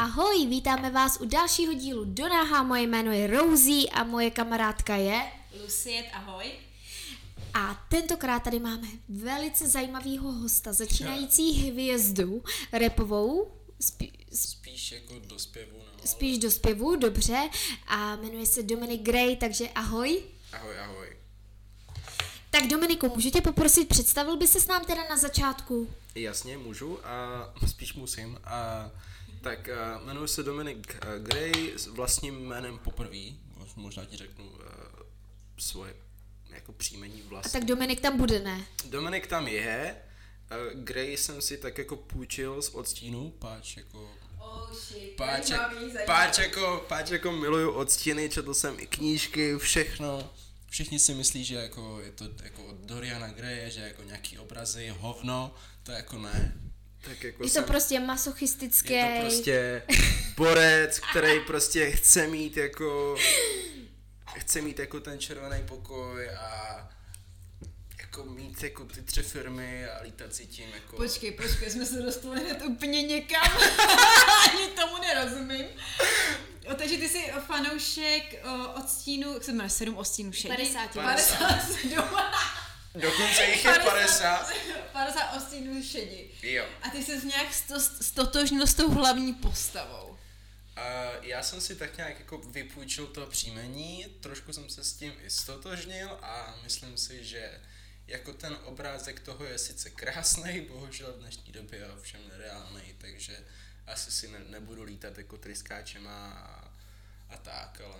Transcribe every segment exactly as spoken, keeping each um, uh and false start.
Ahoj, vítáme vás u dalšího dílu Do Náha. Moje jméno je Rosie a moje kamarádka je Lucie, ahoj. A tentokrát tady máme velice zajímavého hosta, začínající hvězdu, rapovou, spí, spíš jako do zpěvu. No, spíš do zpěvu, dobře, a jmenuje se Dominic Gray, takže ahoj. Ahoj, ahoj. Tak Dominiku, můžu tě poprosit, představil by ses nám teda na začátku? Jasně, můžu a spíš musím. A, tak a, jmenuji se Dominic Gray s vlastním jménem poprvé. Možná ti řeknu uh, svoje jako příjmení vlastní. A tak Dominik tam bude, ne? Dominik tam je. Uh, Gray jsem si tak jako půjčil z odstínu, páč jako... Oh shit, páč, páč, jako, páč jako miluju odstíny, četl jsem i knížky, všechno. Všichni si myslí, že jako je to jako od Doriana Graye, že jako nějaký obrazy, hovno, to jako ne. Tak jako je to jsem, prostě masochistický. Je to prostě borec, který prostě chce mít jako, chce mít jako ten červený pokoj a jako mít jako ty tři firmy a lítat si tím jako... Počkej, počkej, jsme se dostali hned úplně někam, ani tomu nerozumím. O, takže ty jsi fanoušek o, odstínu, jak se jmenuje, sedm odstínů šedí? padesát. padesát sedm. Dokonce jich je padesát. padesát odstínů šedí. Jo. A ty jsi nějak sto, stotožnil s tou hlavní postavou. Uh, já jsem si tak nějak jako vypůjčil to příjmení, trošku jsem se s tím i stotožnil a myslím si, že jako ten obrázek toho je sice krásný, bohužel v dnešní době je ovšem nereálný, takže asi si ne, nebudu lítat jako tryskáčema a, a tak, ale...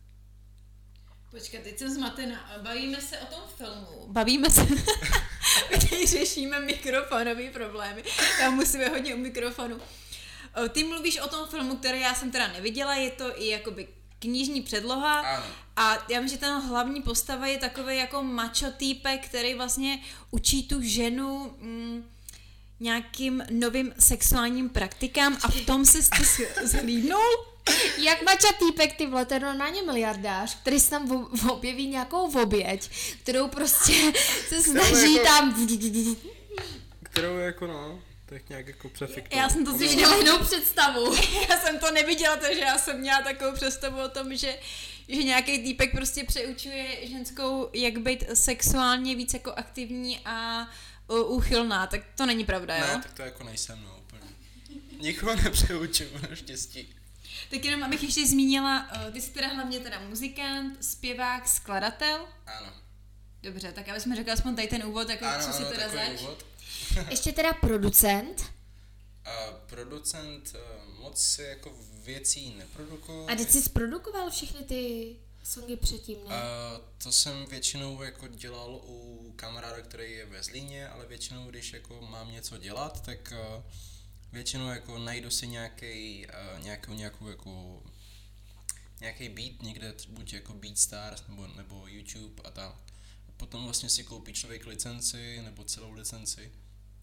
Počkej, teď jsem zmatená. Bavíme se o tom filmu. Bavíme se... Teď řešíme mikrofonové problémy. Já musím hodně u mikrofonu. Ty mluvíš o tom filmu, který já jsem teda neviděla, je to i jakoby knižní předloha. Ano. A já myslím, že ten hlavní postava je takový jako macho týpek, který vlastně učí tu ženu mm, nějakým novým sexuálním praktikám a v tom se jste zhlídnul? Jak mača týpek, ty vole, to je normálně miliardář, který se tam objeví nějakou oběť, kterou prostě se snaží jako, tam... Kterou jako no, tak nějak jako přefiktoval. Já jsem to si měla jinou představu. Já jsem to neviděla, takže já jsem měla takovou představu o tom, že, že nějaký týpek prostě přeučuje ženskou, jak být sexuálně víc jako aktivní a úchylná, tak to není pravda, jo? Ne, tak to jako nejsem, no, úplně. Nikoho nepřeučuju, naštěstí. Tak jenom abych ještě zmínila, ty jsi teda hlavně teda muzikant, zpěvák, skladatel. Ano. Dobře, tak abychom řekli aspoň tady ten úvod, jako ano, co si ano, teda zač. Úvod. Ještě teda producent. Uh, producent uh, moc si jako věcí neprodukuju. A teď jsi zprodukoval všechny ty songy předtím, ne? Uh, to jsem většinou jako dělal u kamaráda, který je ve Zlíně, ale většinou, když jako mám něco dělat, tak uh, většinou jako najdu si nějaký uh, nějakou, nějakou jako nějaký beat někde, buď jako BeatStars nebo, nebo YouTube a tak. Potom vlastně si koupí člověk licenci nebo celou licenci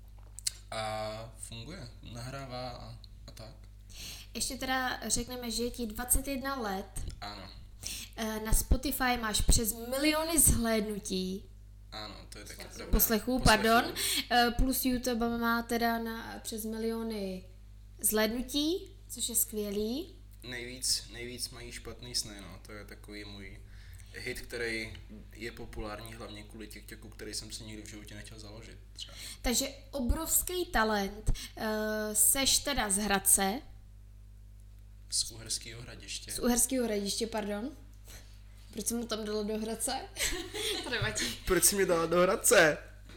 a funguje, nahrává a, a tak. Ještě teda řekneme, že je ti dvacet jedna let. Ano. Na Spotify máš přes miliony zhlédnutí. Ano, to je taky pravda. Poslechů, pardon. Plus YouTube má teda na přes miliony zhlédnutí, což je skvělý. Nejvíc, nejvíc mají špatný sny, no. To je takový můj hit, který je populární hlavně kvůli TikToku, který jsem si nikdy v životě nechtěl založit. Třeba. Takže obrovský talent. Seš teda z Hradce. Z Uherského Hradiště. Z Uherského Hradiště, pardon. Proč jsem mu tam dala do Hradce? Proč jsi mě dala do Hradce?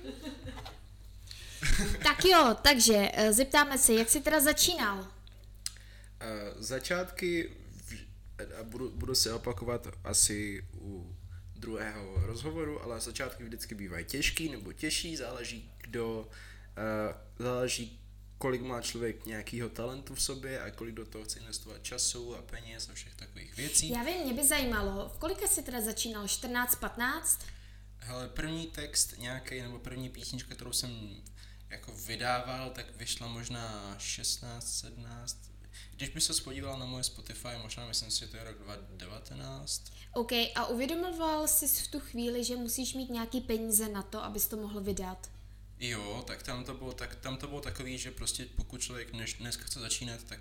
Tak jo, takže zeptáme se, jak jsi teda začínal? Uh, začátky, a budu, budu se opakovat asi u druhého rozhovoru, ale začátky vždycky bývají těžký nebo těžší, záleží kdo, uh, záleží kolik má člověk nějakého talentu v sobě a kolik do toho chce investovat času a peněz a všech takových věcí. Já vím, mě by zajímalo, v kolika jsi teda začínal, čtrnáct, patnáct? Hele, první text nějaký nebo první písnička, kterou jsem jako vydával, tak vyšla možná šestnáct, sedmnáct. Když by se podíval na moje Spotify, možná myslím si, že to je rok dva tisíce devatenáct. OK, a uvědomoval jsi v tu chvíli, že musíš mít nějaký peníze na to, abys to mohl vydat? Jo, tak tam to bylo, tak, tam to bylo takový, že prostě pokud člověk dnes, dneska chce začínat, tak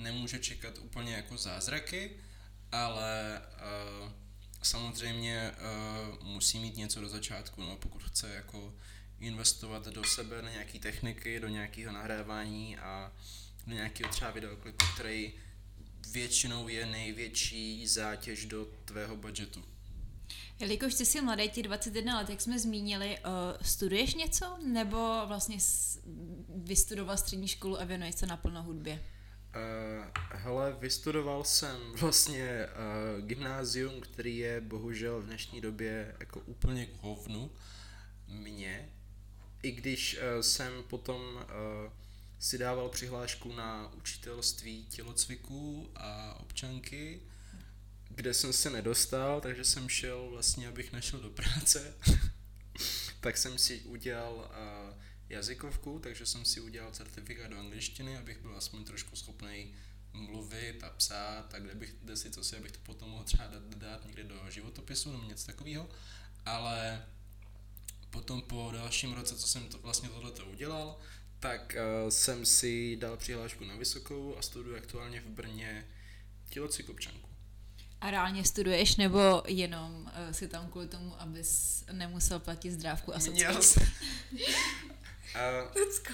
nemůže čekat úplně jako zázraky, ale uh, samozřejmě uh, musí mít něco do začátku, no, pokud chce jako investovat do sebe, na nějaké techniky, do nějakého nahrávání a do nějakého třeba videoklipu, který většinou je největší zátěž do tvého budžetu. Jelikož jsi si mladý, ti dvacet jedna let, jak jsme zmínili, uh, studuješ něco? Nebo vlastně vystudoval střední školu a věnuješ se naplno hudbě? Uh, hele, vystudoval jsem vlastně uh, gymnázium, který je bohužel v dnešní době jako úplně k hovnu mě. I když uh, jsem potom uh, si dával přihlášku na učitelství tělocviků a občanky, kde jsem se nedostal, takže jsem šel vlastně, abych nešel do práce, tak jsem si udělal uh, jazykovku, takže jsem si udělal certifikát do angličtiny, abych byl aspoň trošku schopný mluvit a psát a kde, bych, kde si co si, abych to potom mohl třeba dát, dát někde do životopisu nebo něco takového, ale potom po dalším roce, co jsem to, vlastně tohleto udělal, tak uh, jsem si dal přihlášku na vysokou a studuji aktuálně v Brně tělocvik občanku. A reálně studuješ, nebo jenom uh, si tam kvůli tomu, abys nemusel platit zdrávku a Měl sociální? jsem. Lucko.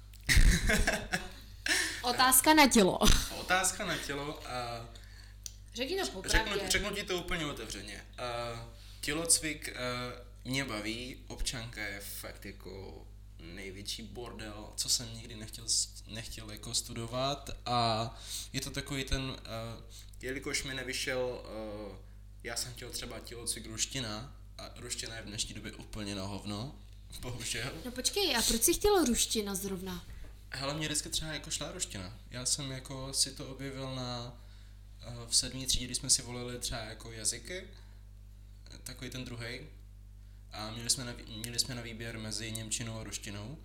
Otázka na tělo. Otázka na tělo a Řekni to popravdě. řeknu, řeknu ti to úplně otevřeně. Uh, tělocvik uh, mě baví, občanka je fakt jako největší bordel, co jsem nikdy nechtěl, nechtěl jako studovat a je to takový ten, uh, jelikož mi nevyšel, uh, já jsem chtěl třeba tělocvik ruština a ruština je v dnešní době úplně na hovno, bohužel. No počkej, a proč jsi chtěla ruština zrovna? Hele, mě vždycky třeba jako šla ruština. Já jsem jako si to objevil na uh, v sedmý třídě, když jsme si volili třeba jako jazyky, takový ten druhej. A měli jsme, na, měli jsme na výběr mezi němčinou a ruštinou.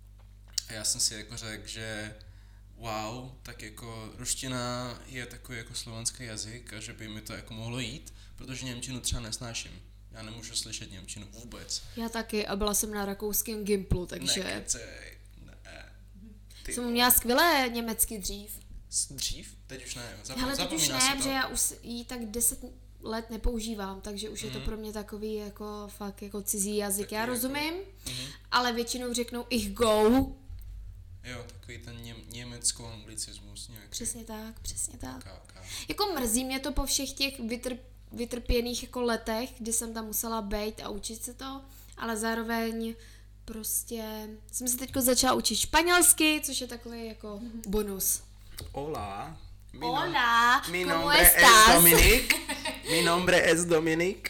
A já jsem si jako řekl, že wow, tak jako ruština je takový jako slovanský jazyk a že by mi to jako mohlo jít, protože němčinu třeba nesnáším. Já nemůžu slyšet němčinu vůbec. Já taky a byla jsem na rakouském Gimplu, takže... Nekecej, ne. Ty Jsem měla skvělé německy dřív. Dřív? Teď už ne. Zap- Hele, teď už zapomíná ne, si to. protože já už ji tak deset let nepoužívám, takže už mm. je to pro mě takový jako fakt jako cizí jazyk. Taky Já jako- rozumím, Mhm. ale většinou řeknou ich go. Jo, takový ten něm, německo-anglicismus nějaký. Přesně tak, přesně tak. Ká, ká. Jako mrzí mě to po všech těch vytr, vytrpěných jako letech, kdy jsem tam musela bejt a učit se to, ale zároveň prostě jsem se teďko začala učit španělsky, což je takový jako bonus. Hola. Mi nom- Hola, Mi ¿cómo nombre es estás? Dominik. Mi nombre es Dominik.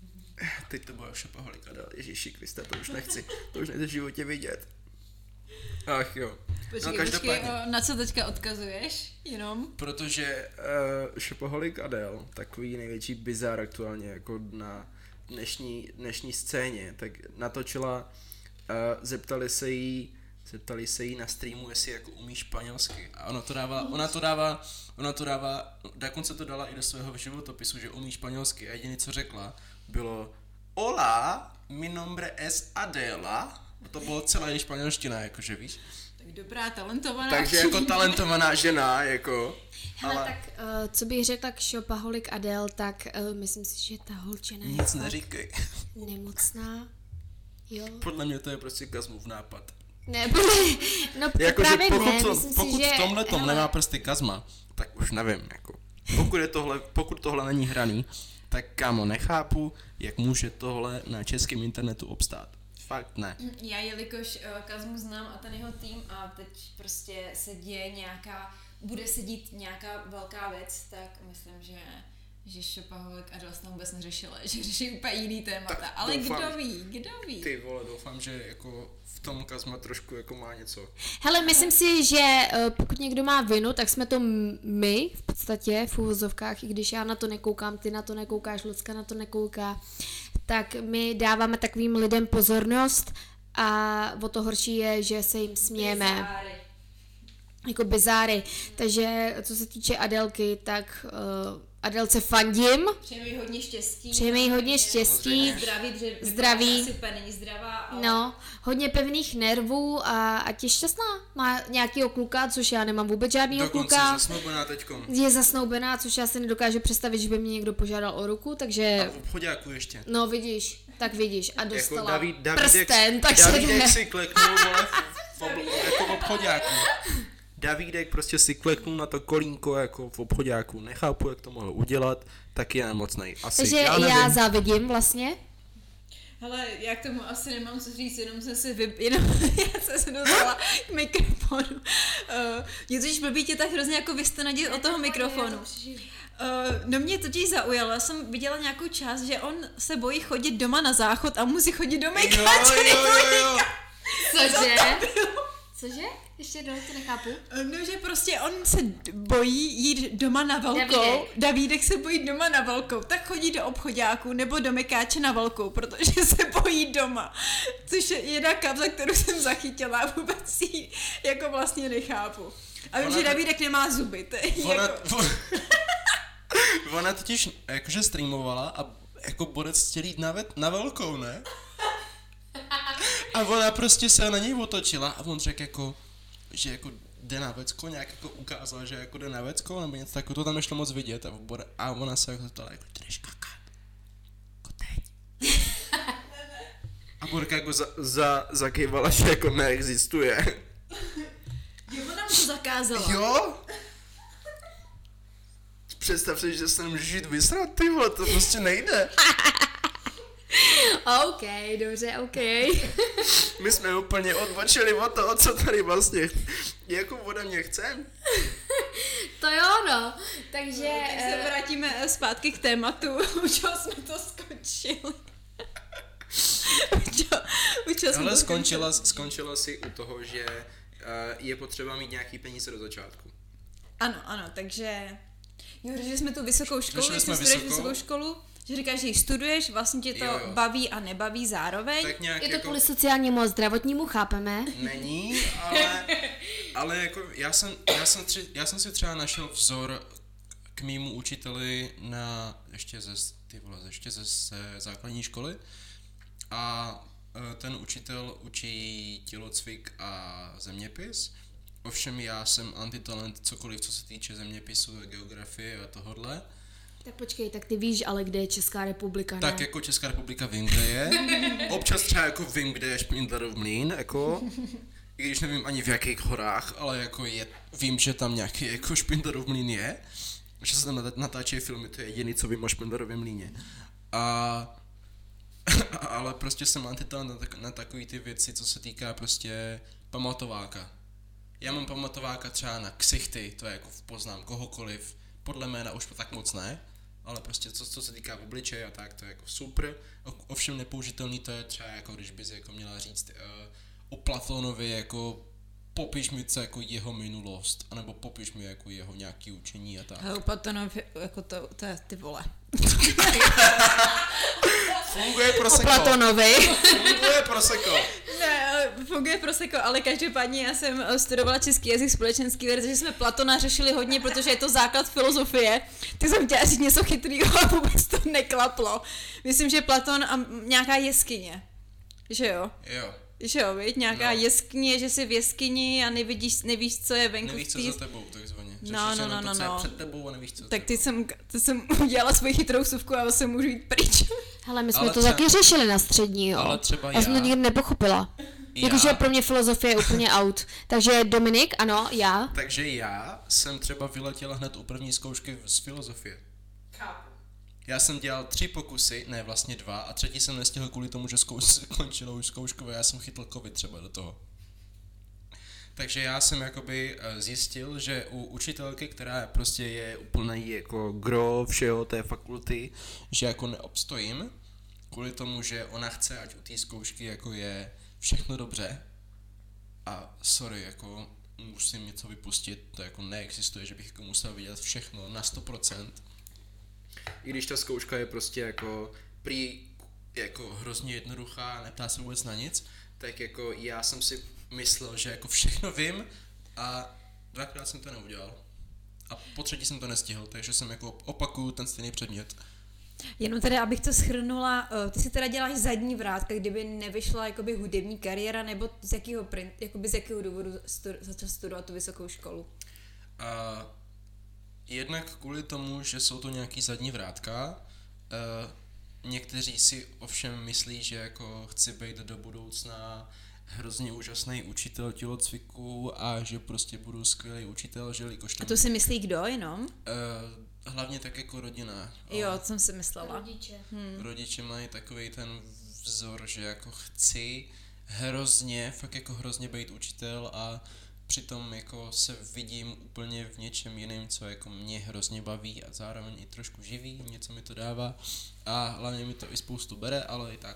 Teď to bylo šapaholik a dál. Ježíši Krista, to už nechci. To už nechci v životě vidět. Ach jo. Počkej, No, počkej, každopádně. o, na co teďka odkazuješ? Jenom? Protože uh, Šapaholik Adele, takový největší bizár aktuálně jako na dnešní, dnešní scéně, tak natočila, uh, zeptali se jí, zeptali se jí na streamu, jestli jako umí španělsky. A ona to dává, ona to dává, ona to dává, dokonce to dala i do svého životopisu, že umí španělsky. A jediné, co řekla, bylo Hola, mi nombre es Adela. To bylo celá její španělština, jakože víš. Tak dobrá, talentovaná. Takže jako talentovaná žena, jako. Hele, ale tak uh, co bych řekla k Šopaholik Adele, tak uh, myslím si, že ta holčina je nic fakt neříkej. nemocná. Jo. Podle mě to je prostě Kazmův nápad. Ne, podle, no Jako, že právě pokud, ne, to, myslím pokud si, že... v tomhle tom hele, nemá prsty Kazma, tak už nevím, jako. Pokud, je tohle, pokud tohle není hraný, tak kámo, nechápu, jak může tohle na českém internetu obstát. Fakt ne. Já jelikož uh, Kazmu znám a ten jeho tým a teď prostě se děje nějaká, bude se dít nějaká velká věc, tak myslím, že že Šopaholik a Adele tam vůbec neřešila, že řeší úplně jiný témata, Tak ale doufám, kdo ví, kdo ví. Ty vole, doufám, že jako v tom Kazma trošku jako má něco. Hele, myslím si, že uh, pokud někdo má vinu, tak jsme to m- my v podstatě v úvozovkách, i když já na to nekoukám, ty na to nekoukáš, Lucka na to nekouká, tak my dáváme takovým lidem pozornost a o to horší je, že se jim smějeme. Jako bizáry. Takže co se týče Adelky, tak uh, Adelce fandím. Přejeme jí hodně štěstí. Přejeme jí hodně štěstí. Zdraví, protože Zdraví. asi úplně není zdravá. Ale... No, hodně pevných nervů a ať je šťastná. Má nějakýho kluka, což já nemám vůbec žádnýho Dokonce kluka. zasnoubená teďkom. Je zasnoubená, což já si nedokážu představit, že by mě někdo požádal o ruku, takže... A v obchoďáku ještě. No vidíš, tak vidíš. A dostala jako David, Davidek, prsten, takže Davidek jde. si kleknul, vole, v, v, v, jako v obchoďáku. Davidek prostě si kleknul na to kolínko jako v obchoďáku. Nechápu, jak to mohl udělat, tak je nemocnej. Asi, Takže já, já, nevím. já závidím vlastně. Hele, já k tomu asi nemám co říct, jenom jsem si vy... jenom já jsem se dostala k mikrofonu. Uh, mě totiž blbý tě tak hrozně jako vystanadit od toho mikrofonu. Uh, no mě totiž zaujalo, já jsem viděla nějakou část, že on se bojí chodit doma na záchod a musí chodit do Jo, mejka, jo, jo, jo. Cože? Cože? Ještě jednou, to nechápu. No, že prostě on se bojí jít doma na velkou. Davídek. Davídek se bojí doma na velkou, tak chodí do obchoďáku nebo do mekáče na velkou, protože se bojí doma. Což je jedna kabza, kterou jsem zachytila a vůbec ji jako vlastně nechápu. A vím, Ona že to- Davídek nemá zuby. To je Ona, jako... ona totiž jakože streamovala a jako Borec chtěl jít na, ve, na velkou, ne? A ona prostě se na něj otočila a on řekl jako, že jako jde na vecko, nějak jako ukázal, že jako jde na vecko, nebo něco takového, to tam nešlo moc vidět a, Bore, a ona se jako zeptala, jako ty jdeš kakat, jako teď. A Borka jako za, za, zakývala, že jako neexistuje. Jo, ona mu to zakázala. Jo? Představ si, že se nemůžeš žít vysrat, ty vole, to prostě nejde. OK, dobře, OK. My jsme úplně odbočili od toho, co tady vlastně jako ode mě chcem. To jo, no. Takže... Tak se eh, vrátíme eh, zpátky k tématu, u čeho jsme to skončili. u čeho, u čeho jsme Ale to skončila, skončila si u toho, že uh, je potřeba mít nějaký peníze do začátku. Ano, ano, takže... Jo, že jsme tu vysokou školu, Řešili že jsme studuješ vysokou. vysokou školu, že říkáš, že ji studuješ, vlastně tě to Jo, jo. baví a nebaví zároveň. Tak nějak je to jako kvůli sociálnímu a zdravotnímu, chápeme? není, ale, ale jako já jsem, já, jsem tři, já jsem si třeba našel vzor k mýmu učiteli na, ještě ze, ty vole, ještě ze, ze základní školy a e, ten učitel učí tělocvik a zeměpis. Ovšem já jsem antitalent, cokoliv, co se týče zeměpisu, geografie a tohodle. Tak počkej, tak ty víš, ale kde je Česká republika, ne? Tak jako Česká republika vím, kde je. Občas třeba jako vím, kde je Špindlerův mlýn, jako. I když nevím ani v jakých horách, ale jako je, vím, že tam nějaký jako Špindlerův mlýn je. Že se tam nat- natáčejí filmy, to je jediný, co vím o Špindlerovém mlýně. A ale prostě jsem antitalent na, tak, na takový ty věci, co se týká prostě pamatováka. Já mám pamatováka třeba na ksichty, to je jako poznám kohokoliv, podle jména už tak moc ne, ale prostě co, co se týká obličeje a tak, to je jako super. O, ovšem nepoužitelný to je třeba jako když bys jako měla říct uh, o Platónovi jako popiš mi co jako jeho minulost, anebo popiš mi jako jeho nějaký učení a tak. Hele, Platonov, jako to, to je ty vole. Funguje O proseko. Platonovi. Funguje proseko. Ne, ale funguje proseko, ale každopádně já jsem eh, studovala český jazyk společenský věd, takže jsme Platona řešili hodně, protože je to základ filozofie. Tak jsem chtěla říct něco chytrýho a vůbec to neklaplo. Myslím, že Platon a nějaká jeskyně. Že jo? Jo. Že jo, viď? Nějaká No. jeskyně, že jsi v jeskyni a nevidíš, nevíš, co je venku Nevíš, v co té- za tebou, takzvaně. Řešíš No, no, jenom no, to, no, co je no. před tebou a nevíš, co za Tak tebou. teď jsem, teď jsem udělala svoji chytrou suvku a se můžu jít pryč. Hele, my jsme Ale to třeba- taky řešili na střední, jo. Ale třeba já jsem to já- nikdy nepochopila. Já- Jakože pro mě filozofie je úplně out. Takže Dominik, ano, já. Takže já jsem třeba vyletěla hned u první zkoušky z filozofie. Chápu. Já jsem dělal tři pokusy, ne vlastně dva, a třetí jsem nestihl kvůli tomu, že zkouš, končilo už zkouškové, já jsem chytl covid třeba do toho. Takže já jsem jakoby eh, zjistil, že u učitelky, která prostě je úplný jako gro všeho té fakulty, že jako neobstojím, kvůli tomu, že ona chce, ať u té zkoušky jako je všechno dobře. A sorry, jako musím něco vypustit, to jako neexistuje, že bych jako musel vidět všechno na sto procent. I když ta zkouška je prostě jako prý jako hrozně jednoduchá, neptá se vůbec na nic, tak jako já jsem si myslel, že jako všechno vím a dvakrát jsem to neudělal. A po třetí jsem to nestihl, takže jsem jako opakuju ten stejný předmět. Jenom teda, abych to shrnula, ty si teda děláš zadní vrátka, kdyby nevyšla jakoby hudební kariéra, nebo z jakého, jakoby z jakého důvodu stu, začal studovat tu vysokou školu? Uh, jednak kvůli tomu, že jsou to nějaký zadní vrátka. Uh, někteří si ovšem myslí, že jako chci být do budoucna hrozně úžasný učitel tělocviku a že prostě budu skvělý učitel, že jelikož tam... A to si myslí kdo jenom? Uh, hlavně tak jako rodina. Jo, co jsem si myslela. Rodiče. Hmm. Rodiče mají takový ten vzor, že jako chci hrozně, fakt jako hrozně být učitel a přitom jako se vidím úplně v něčem jiném, co jako mě hrozně baví a zároveň i trošku živí, něco mi to dává a hlavně mi to i spoustu bere, ale i tak.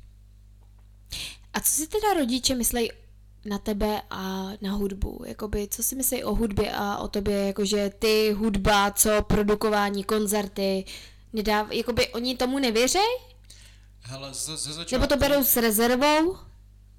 A co si teda rodiče myslí na tebe a na hudbu? Jakoby, co si myslí o hudbě a o tobě, jakože ty hudba, co produkování, koncerty, nedáv, jakoby oni tomu nevěřejí? Hele, ze, ze začátku... Nebo to berou s rezervou? Uh,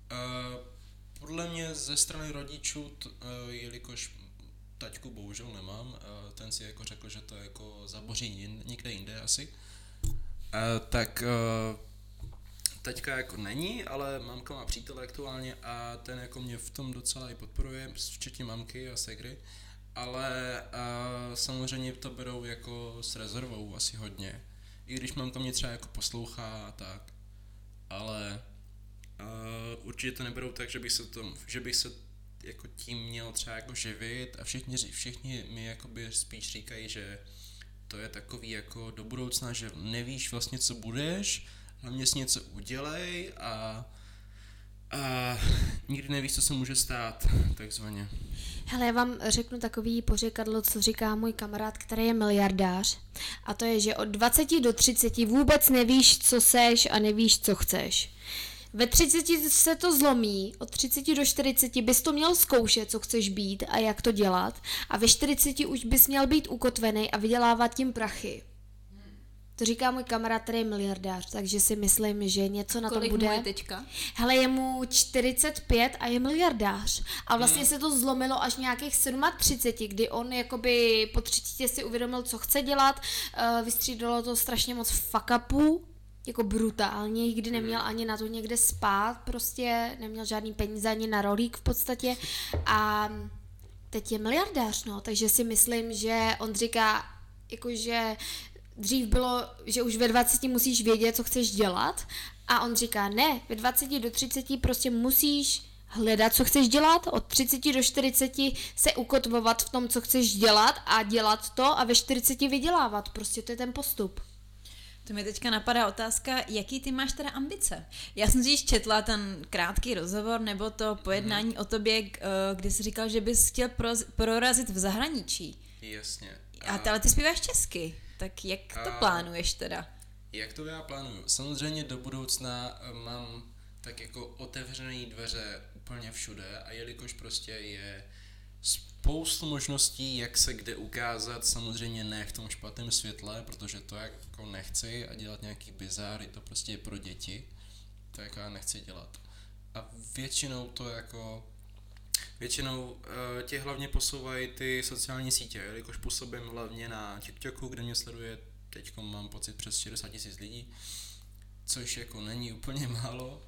podle mě ze strany rodičů, t, uh, jelikož taťku bohužel nemám, uh, ten si jako řekl, že to jako zaboří jin, někde jinde asi, uh, tak uh, taťka jako není, ale mámka má přítele aktuálně a ten jako mě v tom docela i podporuje, včetně mamky a segry, ale uh, samozřejmě to berou jako s rezervou asi hodně, i když mamka mě třeba jako poslouchá a tak, ale uh, určitě to neberou tak, že bych se, tom, že bych se jako tím měl třeba jako živit a všichni, všichni mi jakoby spíš říkají, že to je takový jako do budoucna, že nevíš vlastně, co budeš, hlavně si něco udělej a, a nikdy nevíš, co se může stát, takzvaně. Hele, já vám řeknu takový pořekadlo, co říká můj kamarád, který je miliardář. A to je, že od dvaceti do třiceti vůbec nevíš, co seš a nevíš, co chceš. Ve třiceti se to zlomí, od třiceti do čtyřiceti bys to měl zkoušet, co chceš být a jak to dělat. A ve čtyřiceti už bys měl být ukotvený a vydělávat tím prachy. To říká můj kamarád, který je miliardář, takže si myslím, že něco na Kolik tom bude. Kolik mu je teďka? Hele, je mu čtyřicet pět a je miliardář. A vlastně se to zlomilo až nějakých třicet sedm, kdy on jakoby po třiceti si uvědomil, co chce dělat. Uh, vystřídalo to strašně moc fuck upů, jako brutálně, nikdy neměl ani na to někde spát, prostě neměl žádný peníze ani na rolík v podstatě. A teď je miliardář, no, takže si myslím, že on říká, jakože dřív bylo, že už ve dvaceti musíš vědět, co chceš dělat a on říká, ne, ve dvaceti do třiceti prostě musíš hledat, co chceš dělat, od třiceti do čtyřiceti se ukotvovat v tom, co chceš dělat a dělat to a ve čtyřiceti vydělávat, prostě to je ten postup. To mi teďka napadá otázka, jaký ty máš teda ambice? Já jsem si již četla ten krátký rozhovor nebo to pojednání mm. o tobě, kdy jsi říkal, že bys chtěl prorazit v zahraničí. Jasně. A ty, ale ty zpíváš česky. Tak jak to a plánuješ teda? Jak to já plánuju? Samozřejmě do budoucna mám tak jako otevřené dveře úplně všude a jelikož prostě je spoustu možností, jak se kde ukázat, samozřejmě ne v tom špatném světle, protože to jako nechci a dělat nějaký bizáry, to prostě je pro děti, to jako já nechci dělat. A většinou to jako Většinou uh, tě hlavně posouvají ty sociální sítě, jelikož působím hlavně na TikToku, kde mě sleduje, teď mám pocit, přes šedesát tisíc lidí, což jako není úplně málo,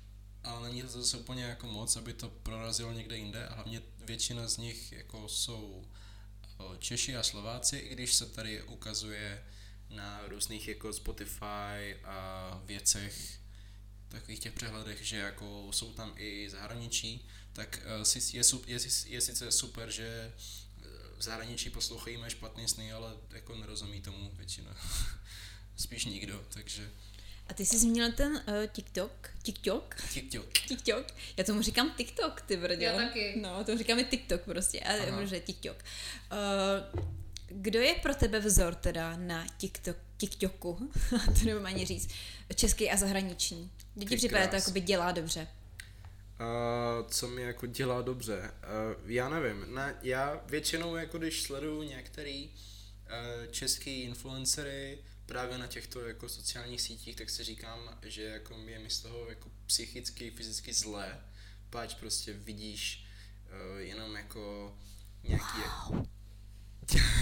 ale není to zase úplně jako moc, aby to prorazilo někde jinde a hlavně většina z nich jako jsou uh, Češi a Slováci, i když se tady ukazuje na různých jako Spotify a věcech, takových těch přehledech, že jako jsou tam i zahraničí, tak uh, je, je, je sice super, že v zahraničí poslouchají mé špatný sny, ale jako nerozumí tomu většina. Spíš nikdo, takže... A ty jsi zmínil ten uh, TikTok? TikTok? TikTok. TikTok. Já tomu říkám TikTok, ty brdě. Já taky. No, tomu říkáme TikTok prostě, ale protože TikTok. Uh, kdo je pro tebe vzor teda na TikTok, TikToku? To nevím ani říct. Český a zahraniční. Kdy ti připadá to jakoby dělá dobře? Uh, co mi jako dělá dobře? Uh, já nevím. Ne, já většinou jako když sleduju některý uh, český influencery právě na těchto jako sociálních sítích, tak si říkám, že jako je mi z toho jako psychicky, fyzicky zlé, páč prostě vidíš uh, jenom jako nějaký... Wow.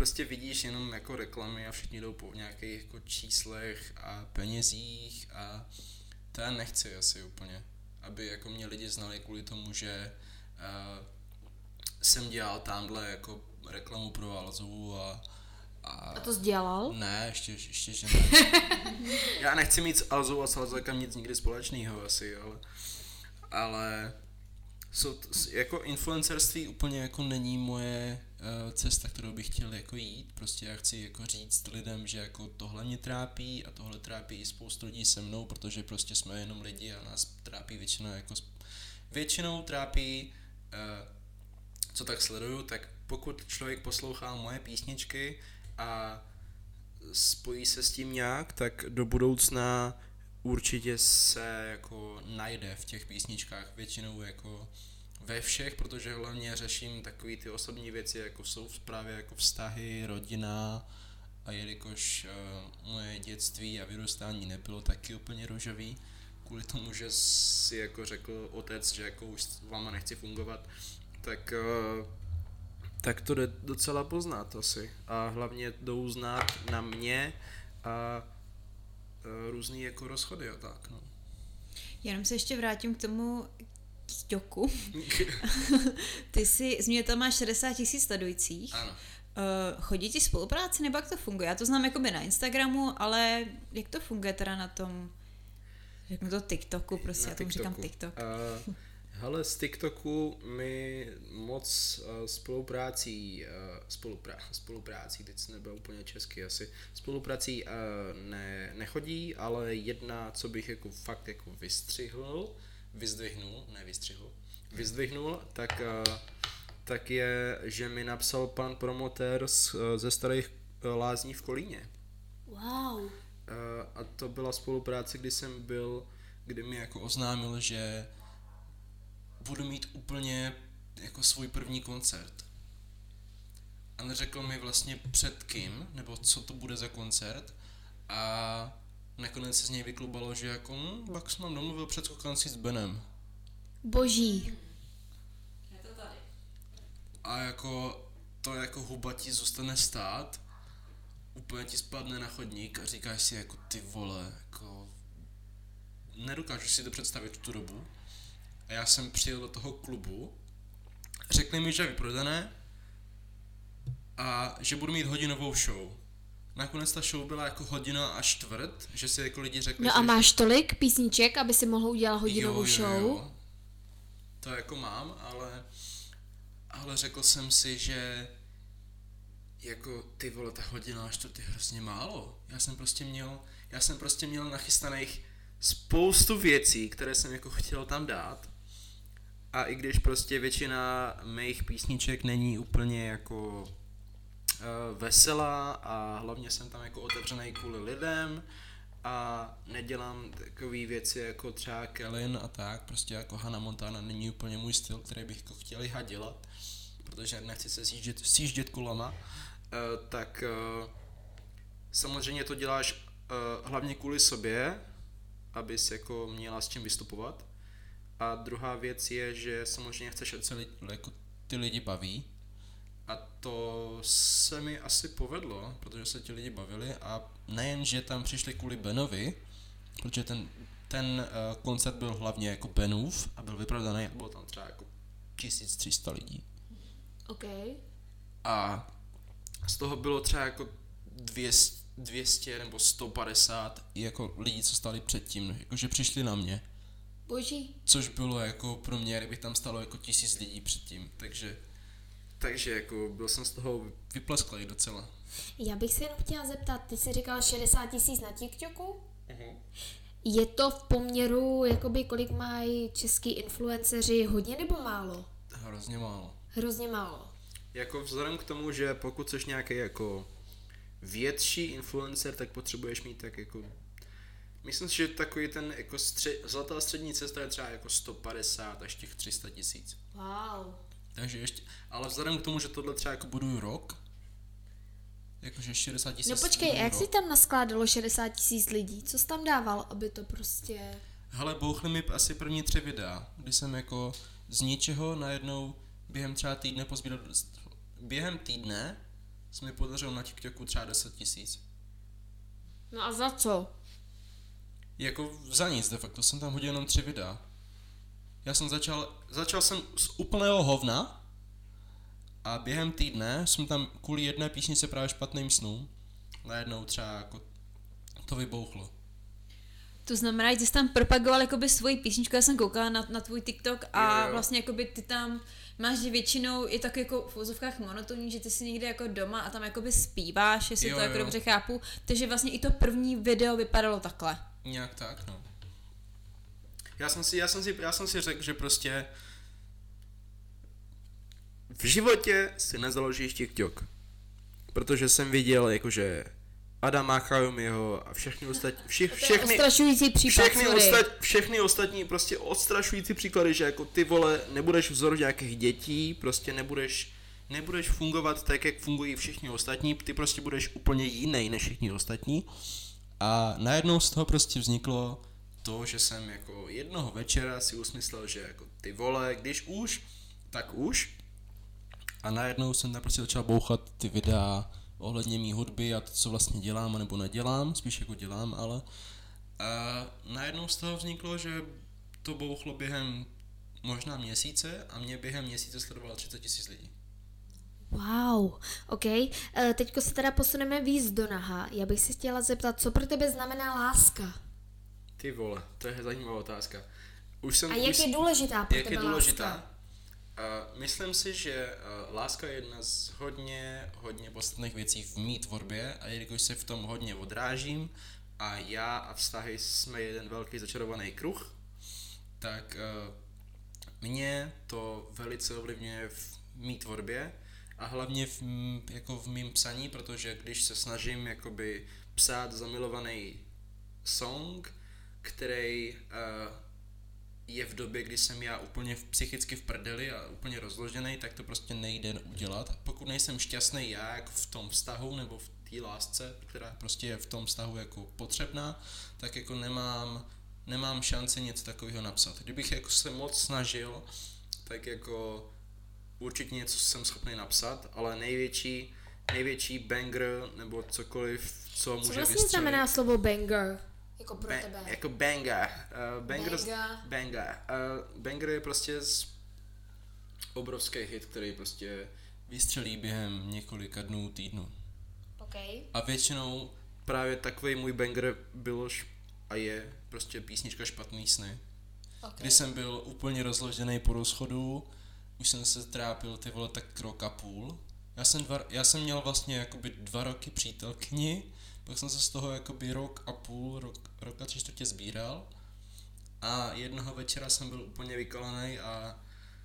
prostě vidíš jenom jako reklamy a všichni jdou po nějakých jako číslech a penězích a to já nechci asi úplně, aby jako mě lidi znali kvůli tomu, že uh, jsem dělal tamhle jako reklamu pro Alzovu a a, a to jsi dělal? Ne, ještě, ještě že ne. Já nechci mít s Alzou a s Alzokem nic nikdy společného asi, ale, ale jsou, jako influencerství úplně jako není moje uh, cesta, kterou bych chtěl jako jít. Prostě já chci jako říct lidem, že jako tohle mě trápí a tohle trápí i spoustu lidí se mnou, protože prostě jsme jenom lidi a nás trápí většinou jako většinou trápí, uh, co tak sleduju, tak pokud člověk poslouchá moje písničky a spojí se s tím nějak, tak do budoucna určitě se jako najde v těch písničkách většinou jako ve všech, protože hlavně řeším takový ty osobní věci, jako jsou právě jako vztahy, rodina a jelikož uh, moje dětství a vyrůstání nebylo taky úplně růžový, kvůli tomu, že si jako řekl otec, že jako už s váma nechci fungovat, tak uh, tak to jde docela poznat asi. A hlavně jdou znát na mě a, a různý jako rozchody a tak, no. Jenom se ještě vrátím k tomu TikToku. Ty jsi, z mě tam máš šedesát tisíc sledujících. Ano. Uh, chodí ti spolupráce, nebo jak to funguje? Já to znám jakoby na Instagramu, ale jak to funguje teda na tom, řeknu to TikToku, prostě Na já tomu TikToku. říkám TikTok. Uh, hele, z TikToku my moc uh, spoluprácí, uh, spoluprá, spoluprácí, teď se nebyl úplně česky asi, spoluprací uh, ne, nechodí, ale jedna, co bych jako fakt jako vystřihl, vyzdvihnul, ne vystřihl, vyzdvihnul, tak, uh, tak je, že mi napsal pan promotér z, uh, ze Starých uh, Lázní v Kolíně. Wow. Uh, a to byla spolupráce, kdy jsem byl, kdy mi jako oznámil, že budu mít úplně jako svůj první koncert. A neřekl mi vlastně před kým, nebo co to bude za koncert. A nakonec se z něj vyklubalo, že jako, hm, pak jsem mám domluvil předskokanci s Benem. Boží. Je to tady. A jako to jako huba ti zůstane stát, úplně ti spadne na chodník a říkáš si jako ty vole, jako nedokážu si to představit v tu dobu. A já jsem přijel do toho klubu, řekli mi, že je vyprodané a že budu mít hodinovou show. Nakonec ta show byla jako hodina a čtvrt, že si jako lidi řekli, No že a máš tolik písniček, aby si mohl udělat hodinovou jo, jo, show? Jo. To jako mám, ale, ale řekl jsem si, že jako ty vole, ta hodina a čtvrt je hrozně málo. Já jsem prostě měl, já jsem prostě měl nachystaných spoustu věcí, které jsem jako chtěl tam dát. A i když prostě většina mých písniček není úplně jako uh, veselá a hlavně jsem tam jako otevřený kvůli lidem a nedělám takové věci jako třeba Kellen a tak, prostě jako Hannah Montana není úplně můj styl, který bych jako chtěl já dělat, protože nechci se sjíždět, sjíždět kolama, uh, tak uh, samozřejmě to děláš uh, hlavně kvůli sobě, abys jako měla s čím vystupovat. A druhá věc je, že samozřejmě chceš, ať se lidi, jako ty lidi baví. A to se mi asi povedlo, protože se ti lidi bavili a nejen, že tam přišli kvůli Benovi, protože ten, ten uh, koncert byl hlavně jako Benův a byl vyprodaný a bylo tam třeba jako tisíc tři sta lidí. OK. A z toho bylo třeba jako dvě stě nebo sto padesát jako lidí, co stáli předtím, jakože přišli na mě. Boží. Což bylo jako pro mě, kdyby tam stalo jako tisíc lidí předtím, takže takže jako byl jsem z toho vyplesklý docela. Já bych se jenom chtěla zeptat, ty jsi říkal šedesát tisíc na TikToku? Uh-huh. Je to v poměru, jakoby kolik mají český influenceři, hodně nebo málo? Hrozně málo. Hrozně málo. Jako vzhledem k tomu, že pokud jsi nějaký jako větší influencer, tak potřebuješ mít tak jako, myslím si, že takový ten jako střed, zlatá střední cesta je třeba jako sto padesát až těch tři sta tisíc. Wow. Takže ještě, ale vzhledem k tomu, že tohle třeba jako buduju rok, jakože šedesát tisíc. No počkej, jak jsi tam naskládalo šedesát tisíc lidí? Co jsi tam dával, aby to prostě... Hele, bouchly mi asi první tři videa, kdy jsem jako z ničeho najednou během třeba týdne pozbíral, během týdne se mi podařilo na TikToku třeba deset tisíc. No a za co? Jako za nic, de facto jsem tam hodil jenom tři videa. Já jsem začal, začal jsem z úplného hovna a během týdne jsem tam kvůli jedné písnice právě špatným snům najednou třeba jako to vybouchlo. To znamená, že jsi tam propagoval jakoby svoji písničku, já jsem koukala na, na tvůj TikTok a Jo, jo. vlastně jakoby ty tam máš, že většinou je tak jako v úzovkách monotonní, že ty si někde jako doma a tam jakoby zpíváš, jestli Jo, to jako jo. dobře chápu, takže vlastně i to první video vypadalo takhle. Nějak tak, no. Já jsem si, já jsem si, já jsem si řekl, že prostě v životě si nezaložíš TikTok. Protože jsem viděl jakože Adama Chajumiho a všechny ostatní, vši, To je všechny, ostrašující případ, všechny, sorry. ostat, všechny ostatní prostě odstrašující příklady, že jako ty vole nebudeš vzor nějakých dětí, prostě nebudeš, nebudeš fungovat tak, jak fungují všichni ostatní, ty prostě budeš úplně jiný než všichni ostatní. A najednou z toho prostě vzniklo to, že jsem jako jednoho večera si usmyslel, že jako ty vole, když už, tak už. A najednou jsem tam prostě začal bouchat ty videa ohledně mý hudby a to, co vlastně dělám nebo nedělám, spíš jako dělám, ale a najednou z toho vzniklo, že to bouchlo během možná měsíce a mě během měsíce sledovalo třicet tisíc lidí. Wow, ok. Uh, teďko se teda posuneme víc do naha. Já bych se chtěla zeptat, co pro tebe znamená láska? Ty vole, to je zajímavá otázka. Už jsem, A jak už, je důležitá pro jak tebe je důležitá? láska? Uh, myslím si, že uh, láska je jedna z hodně, hodně podstatných věcí v mý tvorbě a jelikož se v tom hodně odrážím a já a vztahy jsme jeden velký začarovaný kruh, tak uh, mě to velice ovlivňuje v mý tvorbě a hlavně v, m- jako v mým psaní, protože když se snažím jakoby psát zamilovaný song, který uh, je v době, kdy jsem já úplně v, psychicky v prdeli a úplně rozložený, tak to prostě nejde udělat. Pokud nejsem šťastný já jako v tom vztahu nebo v té lásce, která prostě je v tom vztahu jako potřebná, tak jako nemám, nemám šanci něco takového napsat. Kdybych jako se moc snažil, tak jako určitě něco jsem schopný napsat, ale největší, největší banger nebo cokoliv, co, Co může vlastně vystřelit. znamená slovo banger? Jako pro Ba- tebe. jako banger. Uh, banger, Banga. banger. Uh, banger je prostě z obrovský hit, který prostě vystřelí během několika dnů, týdnů. Ok. A většinou právě takový můj banger byl š- a je prostě písnička Špatný sny. okay. Kdy jsem byl úplně rozložený po rozchodu, už jsem se trápil ty vole tak rok a půl. Já jsem, dva, já jsem měl vlastně jakoby dva roky přítelkyni, pak jsem se z toho jakoby rok a půl, rok, rok a tři čtvrtě sbíral a jednoho večera jsem byl úplně vykalený a,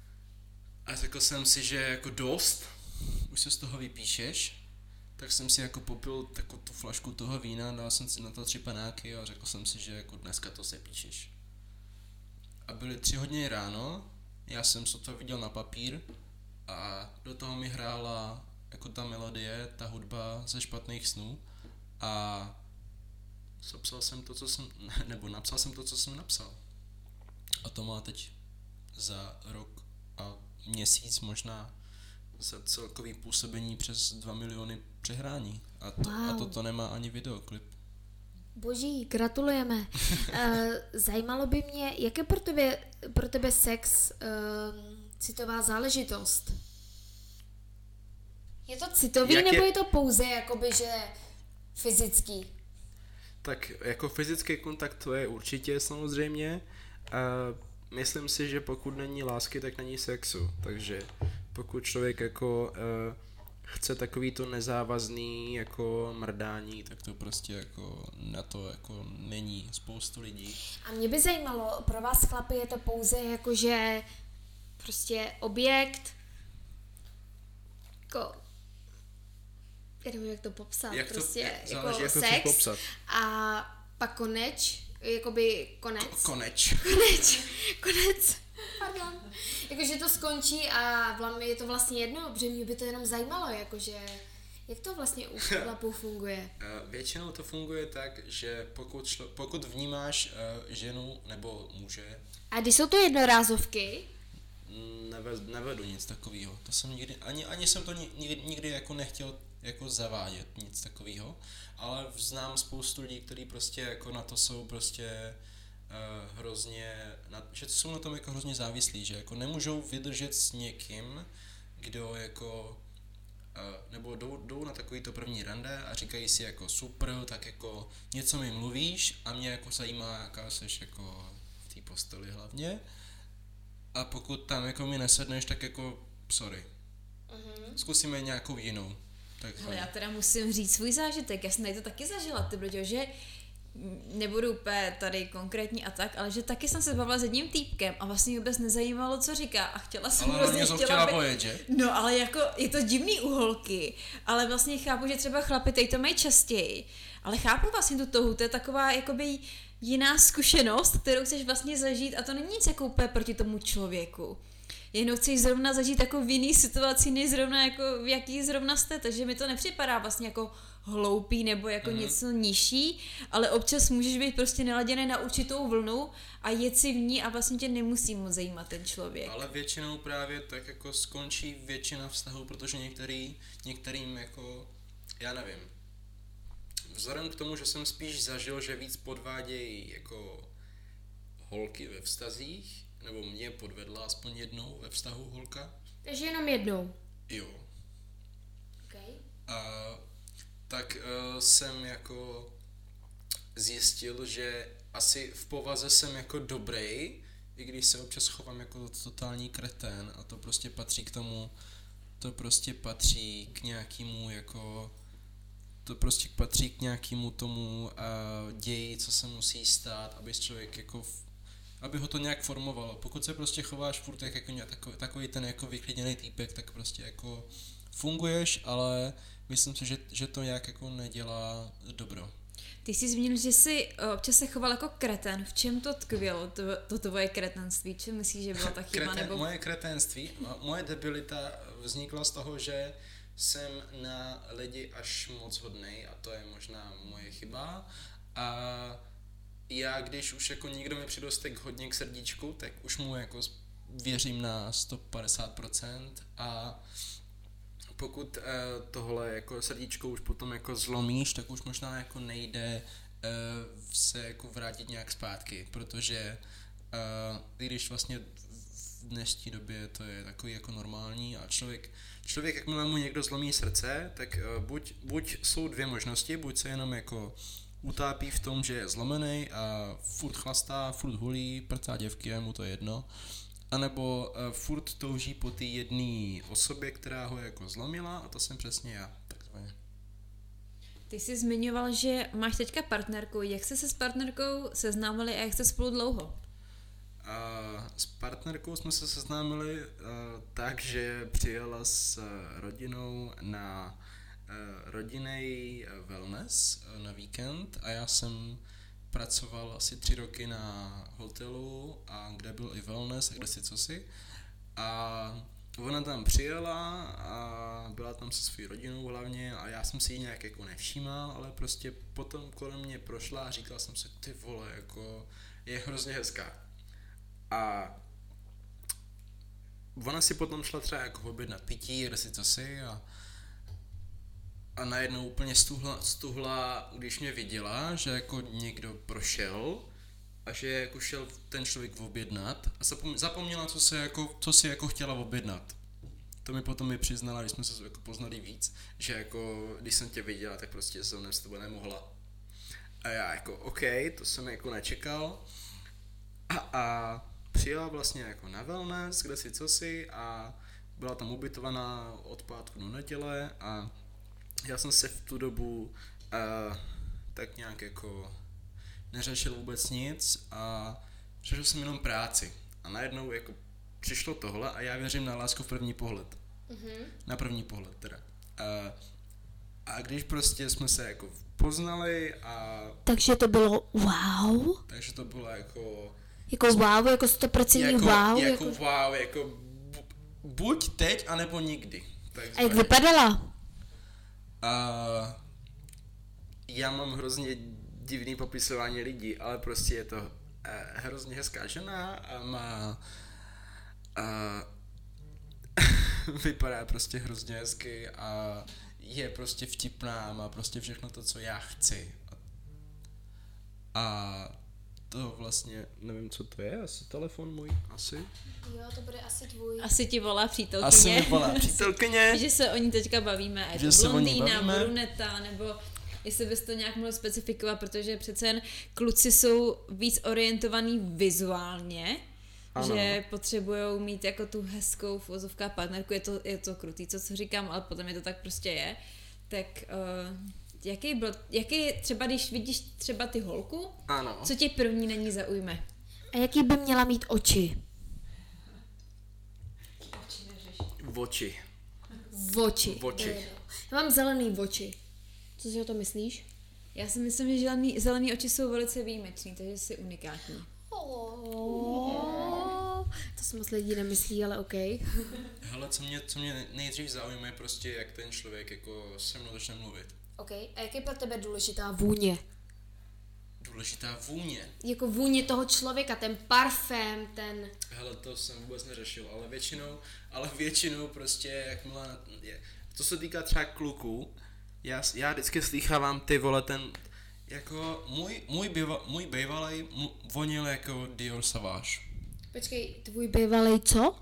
a řekl jsem si, že jako dost, už se z toho vypíšeš, tak jsem si jako popil takovou tu flašku toho vína, dal jsem si na to tři panáky a řekl jsem si, že jako dneska to se píšeš. A byly tři hodiny ráno, já jsem se to viděl na papír a do toho mi hrála jako ta melodie, ta hudba ze Špatných snů a zapsal jsem to, co jsem, nebo napsal jsem to, co jsem napsal. A to má teď za rok a měsíc možná za celkový působení přes dva miliony přehrání. A to, Wow. a to, to nemá ani videoklip. Boží, gratulujeme. uh, zajímalo by mě, jak je pro tebe, pro tebe sex uh, citová záležitost? Je to citový, Jak nebo je- je to pouze jakoby, že fyzický? Tak jako fyzický kontakt to je určitě samozřejmě. A myslím si, že pokud není lásky, tak není sexu. Takže pokud člověk jako uh, chce takový to nezávazný jako mrdání, tak to prostě jako na to jako není spoustu lidí. A mě by zajímalo, pro vás chlapi je to pouze jakože prostě objekt, jako, já nevím, jak to popsat, Jak to- prostě záleží, jako jak to chceš sex popsat. a pak koneč, jakoby konec. Koneč. Konec, konec, pardon. Jakože to skončí a vám je to vlastně jedno, protože mě by to jenom zajímalo, jakože, jak to vlastně u chlapů funguje. Uh, Většinou to funguje tak, že pokud, šlo, pokud vnímáš uh, ženu nebo muže, A když jsou to jednorázovky, neved, nevedu nic takového. To jsem nikdy, ani, ani jsem to nikdy, nikdy jako nechtěl jako zavádět, nic takového, ale znám spoustu lidí, kteří prostě jako na to jsou prostě uh, hrozně, na, že jsou na tom jako hrozně závislí, že jako nemůžou vydržet s někým, kdo jako Uh, nebo jdou, jdou na takovýto první rande a říkají si jako super, tak jako něco mi mluvíš a mě jako zajímá, jaká seš jako v té posteli hlavně. A pokud tam jako mi nesedneš, tak jako sorry. Uh-huh. Zkusíme nějakou jinou. Ale já teda musím říct svůj zážitek, já jsem tady to taky zažila, ty brodě, že nebudu úplně tady konkrétní a tak, ale že taky jsem se bavila s jedním týpkem a vlastně vůbec nezajímalo, co říká a chtěla jsem ale hrozně chtěla, chtěla by... bojet, že? No, ale jako je to divný u holky, ale vlastně chápu, že třeba chlapi tady to mají častěji, ale chápu vlastně tu touhu, to je taková jakoby jiná zkušenost, kterou chceš vlastně zažít a to není nic jako úplně proti tomu člověku. Jenom chceš zrovna zažít jako v jiný situaci, než zrovna jako v jaký zrovna jste, takže mi to nepřipadá vlastně jako hloupý nebo jako mm-hmm. něco nižší, ale občas můžeš být prostě naladěný na určitou vlnu a jet si v ní a vlastně tě nemusí moc zajímat ten člověk. Ale většinou právě tak jako skončí většina vztahů, protože některý, některým jako, já nevím, vzhledem k tomu, že jsem spíš zažil, že víc podvádějí jako holky ve vztazích, nebo mě podvedla aspoň jednou ve vztahu holka. Takže jenom jednou? Jo. Okay. A tak uh, jsem jako zjistil, že asi v povaze jsem jako dobrý, i když se občas chovám jako totální kretén a to prostě patří k tomu, to prostě patří k nějakému jako, to prostě patří k nějakému tomu uh, ději, co se musí stát, aby člověk jako, aby ho to nějak formovalo. Pokud se prostě chováš furt jak jako takový, takový ten jako vyklidněný týpek, tak prostě jako funguješ, ale myslím si, že, že to nějak jako nedělá dobro. Ty jsi zmínil, že jsi občas se choval jako kreten. V čem to tkvělo, to, to tvoje kretenství? Čem myslíš, že byla ta chyba? Kreten, nebo... Moje kretenství, moje debilita vznikla z toho, že jsem na lidi až moc hodnej a to je možná moje chyba. A já, když už jako někdo mi přidostek hodně k srdíčku, tak už mu jako věřím na sto padesát procent a pokud uh, tohle jako srdíčko už potom jako zlomíš, tak už možná jako nejde uh, se jako vrátit nějak zpátky, protože uh, když vlastně v dnešní době to je takový jako normální a člověk, člověk jakmile mu někdo zlomí srdce, tak uh, buď, buď jsou dvě možnosti, buď se jenom jako utápí v tom, že je zlomený a furt chlastá, furt hulí, prcá děvky, je mu to jedno, anebo uh, furt touží po té jedné osobě, která ho jako zlomila a to jsem přesně já, takzvaně. Ty jsi zmiňoval, že máš teďka partnerku. Jak jste se s partnerkou seznámili a jak jste spolu dlouho? Uh, s partnerkou jsme se seznámili uh, tak, že přijela s uh, rodinou na uh, rodinný wellness uh, na víkend a já jsem pracoval asi tři roky na hotelu, a kde byl i wellness a kde si cosi. A ona tam přijela a byla tam se svou rodinou hlavně a já jsem si ji nějak jako nevšímal, ale prostě potom kolem mě prošla a říkal jsem si, ty vole, jako je hrozně hezká. A ona si potom šla třeba jako objednat pití, kde si cosi a A najednou úplně stuhla, stuhla, když mě viděla, že jako někdo prošel a že jako šel ten člověk objednat a zapomněla, co, se jako, co si jako chtěla objednat. To mi potom mi přiznala, když jsme se jako poznali víc, že jako když jsem tě viděla, tak prostě jsem s tebou nemohla. A já jako OK, to jsem jako nečekal. A, a přijela vlastně jako na wellness, kde si cosi a byla tam ubytovaná od pátku do neděle a já jsem se v tu dobu uh, tak nějak jako neřešil vůbec nic a řešil jsem jenom práci. A najednou jako přišlo tohle a já věřím na lásku v první pohled. Mm-hmm. Na první pohled teda. Uh, a když prostě jsme se jako poznali a... Takže to bylo wow? Takže to bylo jako... Jako wow, jako sto procent jako, wow? Jako, jako wow, jako buď teď, anebo nikdy. A jak vypadala? Uh, já mám hrozně divný popisování lidí, ale prostě je to uh, hrozně hezká žena a má a vypadá prostě hrozně hezky a je prostě vtipná, má prostě všechno to, co já chci. A to vlastně, nevím, co to je, asi telefon můj, asi. Jo, to bude asi tvůj. Asi ti volá přítelkyně. Asi mi volá přítelkyně. Že se o ní teďka bavíme, a je Že to se o ní blondýna, bavíme. bruneta, nebo jestli bys to nějak mohl specifikovat, protože přece jen kluci jsou víc orientovaný vizuálně, Ano. že potřebujou mít jako tu hezkou v uvozovkách partnerku, je to, je to krutý, co, co říkám, ale potom je to tak prostě je. Tak uh, jaký byl, jaký třeba, když vidíš třeba ty holku, Ano. co tě první na ní zaujme? A jaký by měla mít oči? V oči. V oči. V oči. Já mám zelený v oči. Co si o to myslíš? Já si myslím, že zelený, zelený oči jsou velice výjimečný, takže jsi unikátní. Oh. To si moc lidí nemyslí, ale OK. Hele, co mě, co mě nejdřív zaujme, je prostě, jak ten člověk jako se mnou začne mluvit. OK. A jak je pro tebe důležitá vůně? Důležitá vůně. Jako vůně toho člověka, ten parfém, ten... Hele, to jsem vůbec neřešil, ale většinou, ale většinou prostě, jakmile, je, to se týká třeba kluků, já, já vždycky slýchávám ty vole ten, jako můj, můj, býva, můj bývalej mu- vonil jako Dior Sauvage. Počkej, tvůj bývalej co?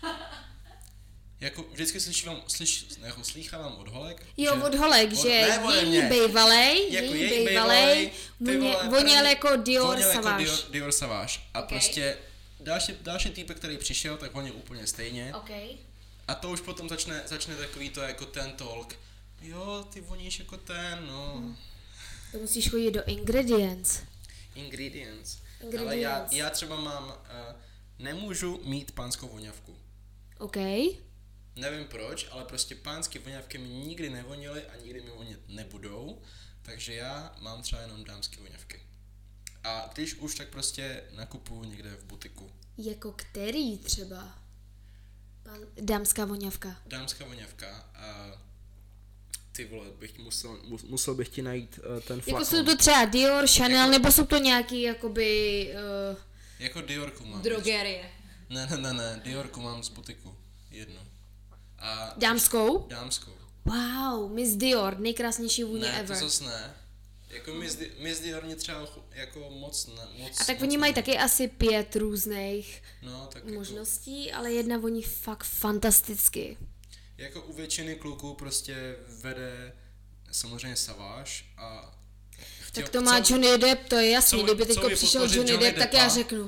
Jako vždycky slyším, slyš, jako slýchávám od holek, Jo, že, od holek, od- že ne ode její mě. bývalej, Jako její její bývalej, ty voně- vole, voněl první- jako Dior voněl jako Sauvage. Dior, Dior Sauvage. A Ok. prostě další, další týpek, který přišel, tak vonil úplně stejně. OK. A to už potom začne, začne takový to jako ten talk. Jo, ty voníš jako ten, no. To musíš chodit do ingredients. Ingredients. Ingredients. Ale já, já třeba mám, uh, nemůžu mít pánskou voňavku. OK. Nevím proč, ale prostě pánské voňavky mi nikdy nevonily a nikdy mi vonět nebudou. Takže já mám třeba jenom dámské voňavky. A když už, tak prostě nakupuju někde v butiku. Jako který třeba? Pan, dámská voňavka. Dámská voňavka a ty vole, bych musel, mus- musel bych ti najít uh, ten flakon. Jako jsou to třeba Dior, Chanel, Jako- nebo jsou to nějaký jakoby... Uh, Jako Diorku mám. Drogerie. Ne, ne, ne, ne, Diorku mám z butiku. Jednu. A dámskou? dámskou. Wow, Miss Dior, nejkrásnější vůně Ne, ever. to zase ne. Jako Miss, Di- Miss Dior mě třeba chu- jako moc ne, moc A tak moc oni mají ne. taky asi pět různých No, tak jako, možností, ale jedna voní fakt fantasticky. jako u většiny kluků prostě vede samozřejmě Savage a chtěl, Tak to má chcou- Johnny Depp, to je jasný. chcou- Kdyby chcou teďko je přišel podpořit Johnny Johnny Depp, tak Deppa. já řeknu,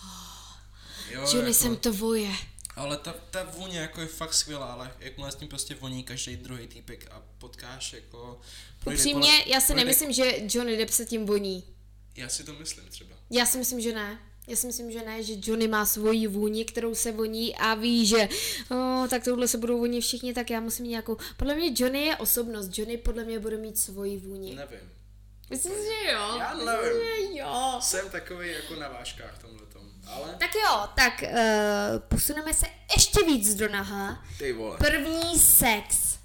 jo, Johnny jako, jsem tvoje. Ale ta, ta vůně jako je fakt skvělá, ale jakmile s tím prostě voní každý druhý týpek a potkáš jako... projde Upřímně, kolem- já si projde- nemyslím, že Johnny Depp se tím voní. Já si to myslím třeba. Já si myslím, že ne. Já si myslím, že ne, že Johnny má svoji vůni, kterou se voní a ví, že oh, tak tohle se budou vonit všichni, tak já musím mít nějakou... Podle mě Johnny je osobnost. Johnny podle mě bude mít svoji vůni. Nevím. Myslím, že jo. Já Myslím, nevím. že jo. Jsem takový jako na vážkách tomhletom, ale... Tak jo, tak uh, posuneme se ještě víc do naha. Ty vole. První sex.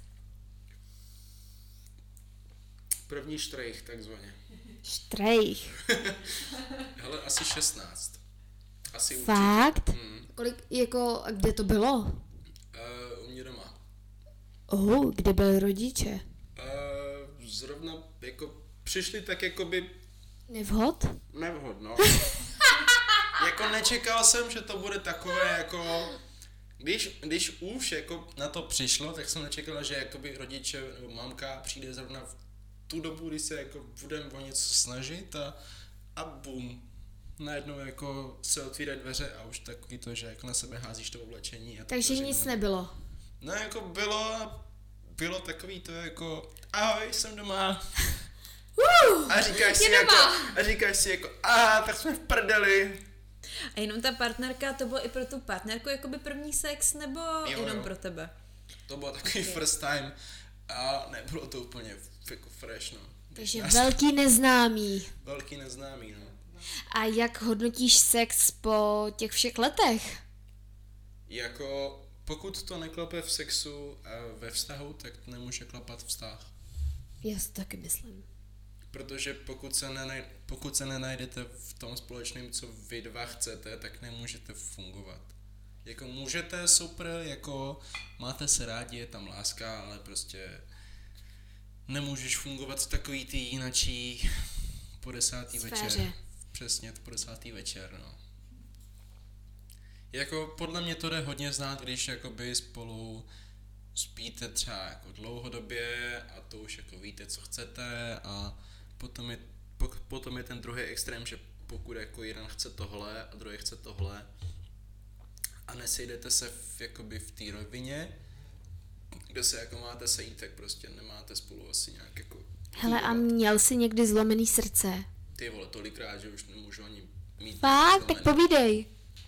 První štrejch, takzvaně. Štrejch. Hele, asi šestnáct. Asi Fakt? určitě. Hmm. Kolik, jako, a kde to bylo? Uh, u mě doma. Oh, kde byli rodiče? Uh, zrovna jako přišli tak jakoby Nevhod? nevhodno. Jako nečekal jsem, že to bude takové jako... Když, když už jako na to přišlo, tak jsem nečekal, že jakoby rodiče nebo mamka přijde zrovna v tu dobu, kdy se jako budeme o něco snažit a, a bum. Najednou jako se otvírají dveře a už takový to, že jako na sebe házíš to oblečení. A to Takže tvoří, nic no. nebylo. No jako bylo, bylo takový to jako ahoj, jsem doma. Uh, A říkáš si je jako, doma. a říkáš si jako, a tak jsme v prdeli. A jenom ta partnerka, to bylo i pro tu partnerku jakoby první sex, nebo Jo, jenom jo. pro tebe? To bylo takový okay. first time a nebylo to úplně jako fresh, no. Takže Já- velký neznámý. Velký neznámý, no. A jak hodnotíš sex po těch všech letech? Jako, pokud to neklepe v sexu a ve vztahu, tak nemůže klepat vztah. Já si taky myslím. Protože pokud se, nenaj, pokud se nenajdete v tom společném, co vy dva chcete, tak nemůžete fungovat. Jako můžete, super, jako máte se rádi, je tam láska, ale prostě nemůžeš fungovat v takový ty jinačí po desátý Sféře. večer. Přesně, po desátý večer, no. Jako podle mě to jde hodně znát, když jakoby spolu spíte třeba jako dlouhodobě a to už jako víte, co chcete a potom je, pok, potom je ten druhý extrém, že pokud jako jeden chce tohle a druhý chce tohle a nesejdete se v, jakoby v té rovině, kde se jako máte sejít, tak prostě nemáte spolu asi nějak jako... Hele, a měl jsi někdy zlomený srdce? Ty vole, tolikrát, že už nemůžu ani mít... Fakt? Tak povídej.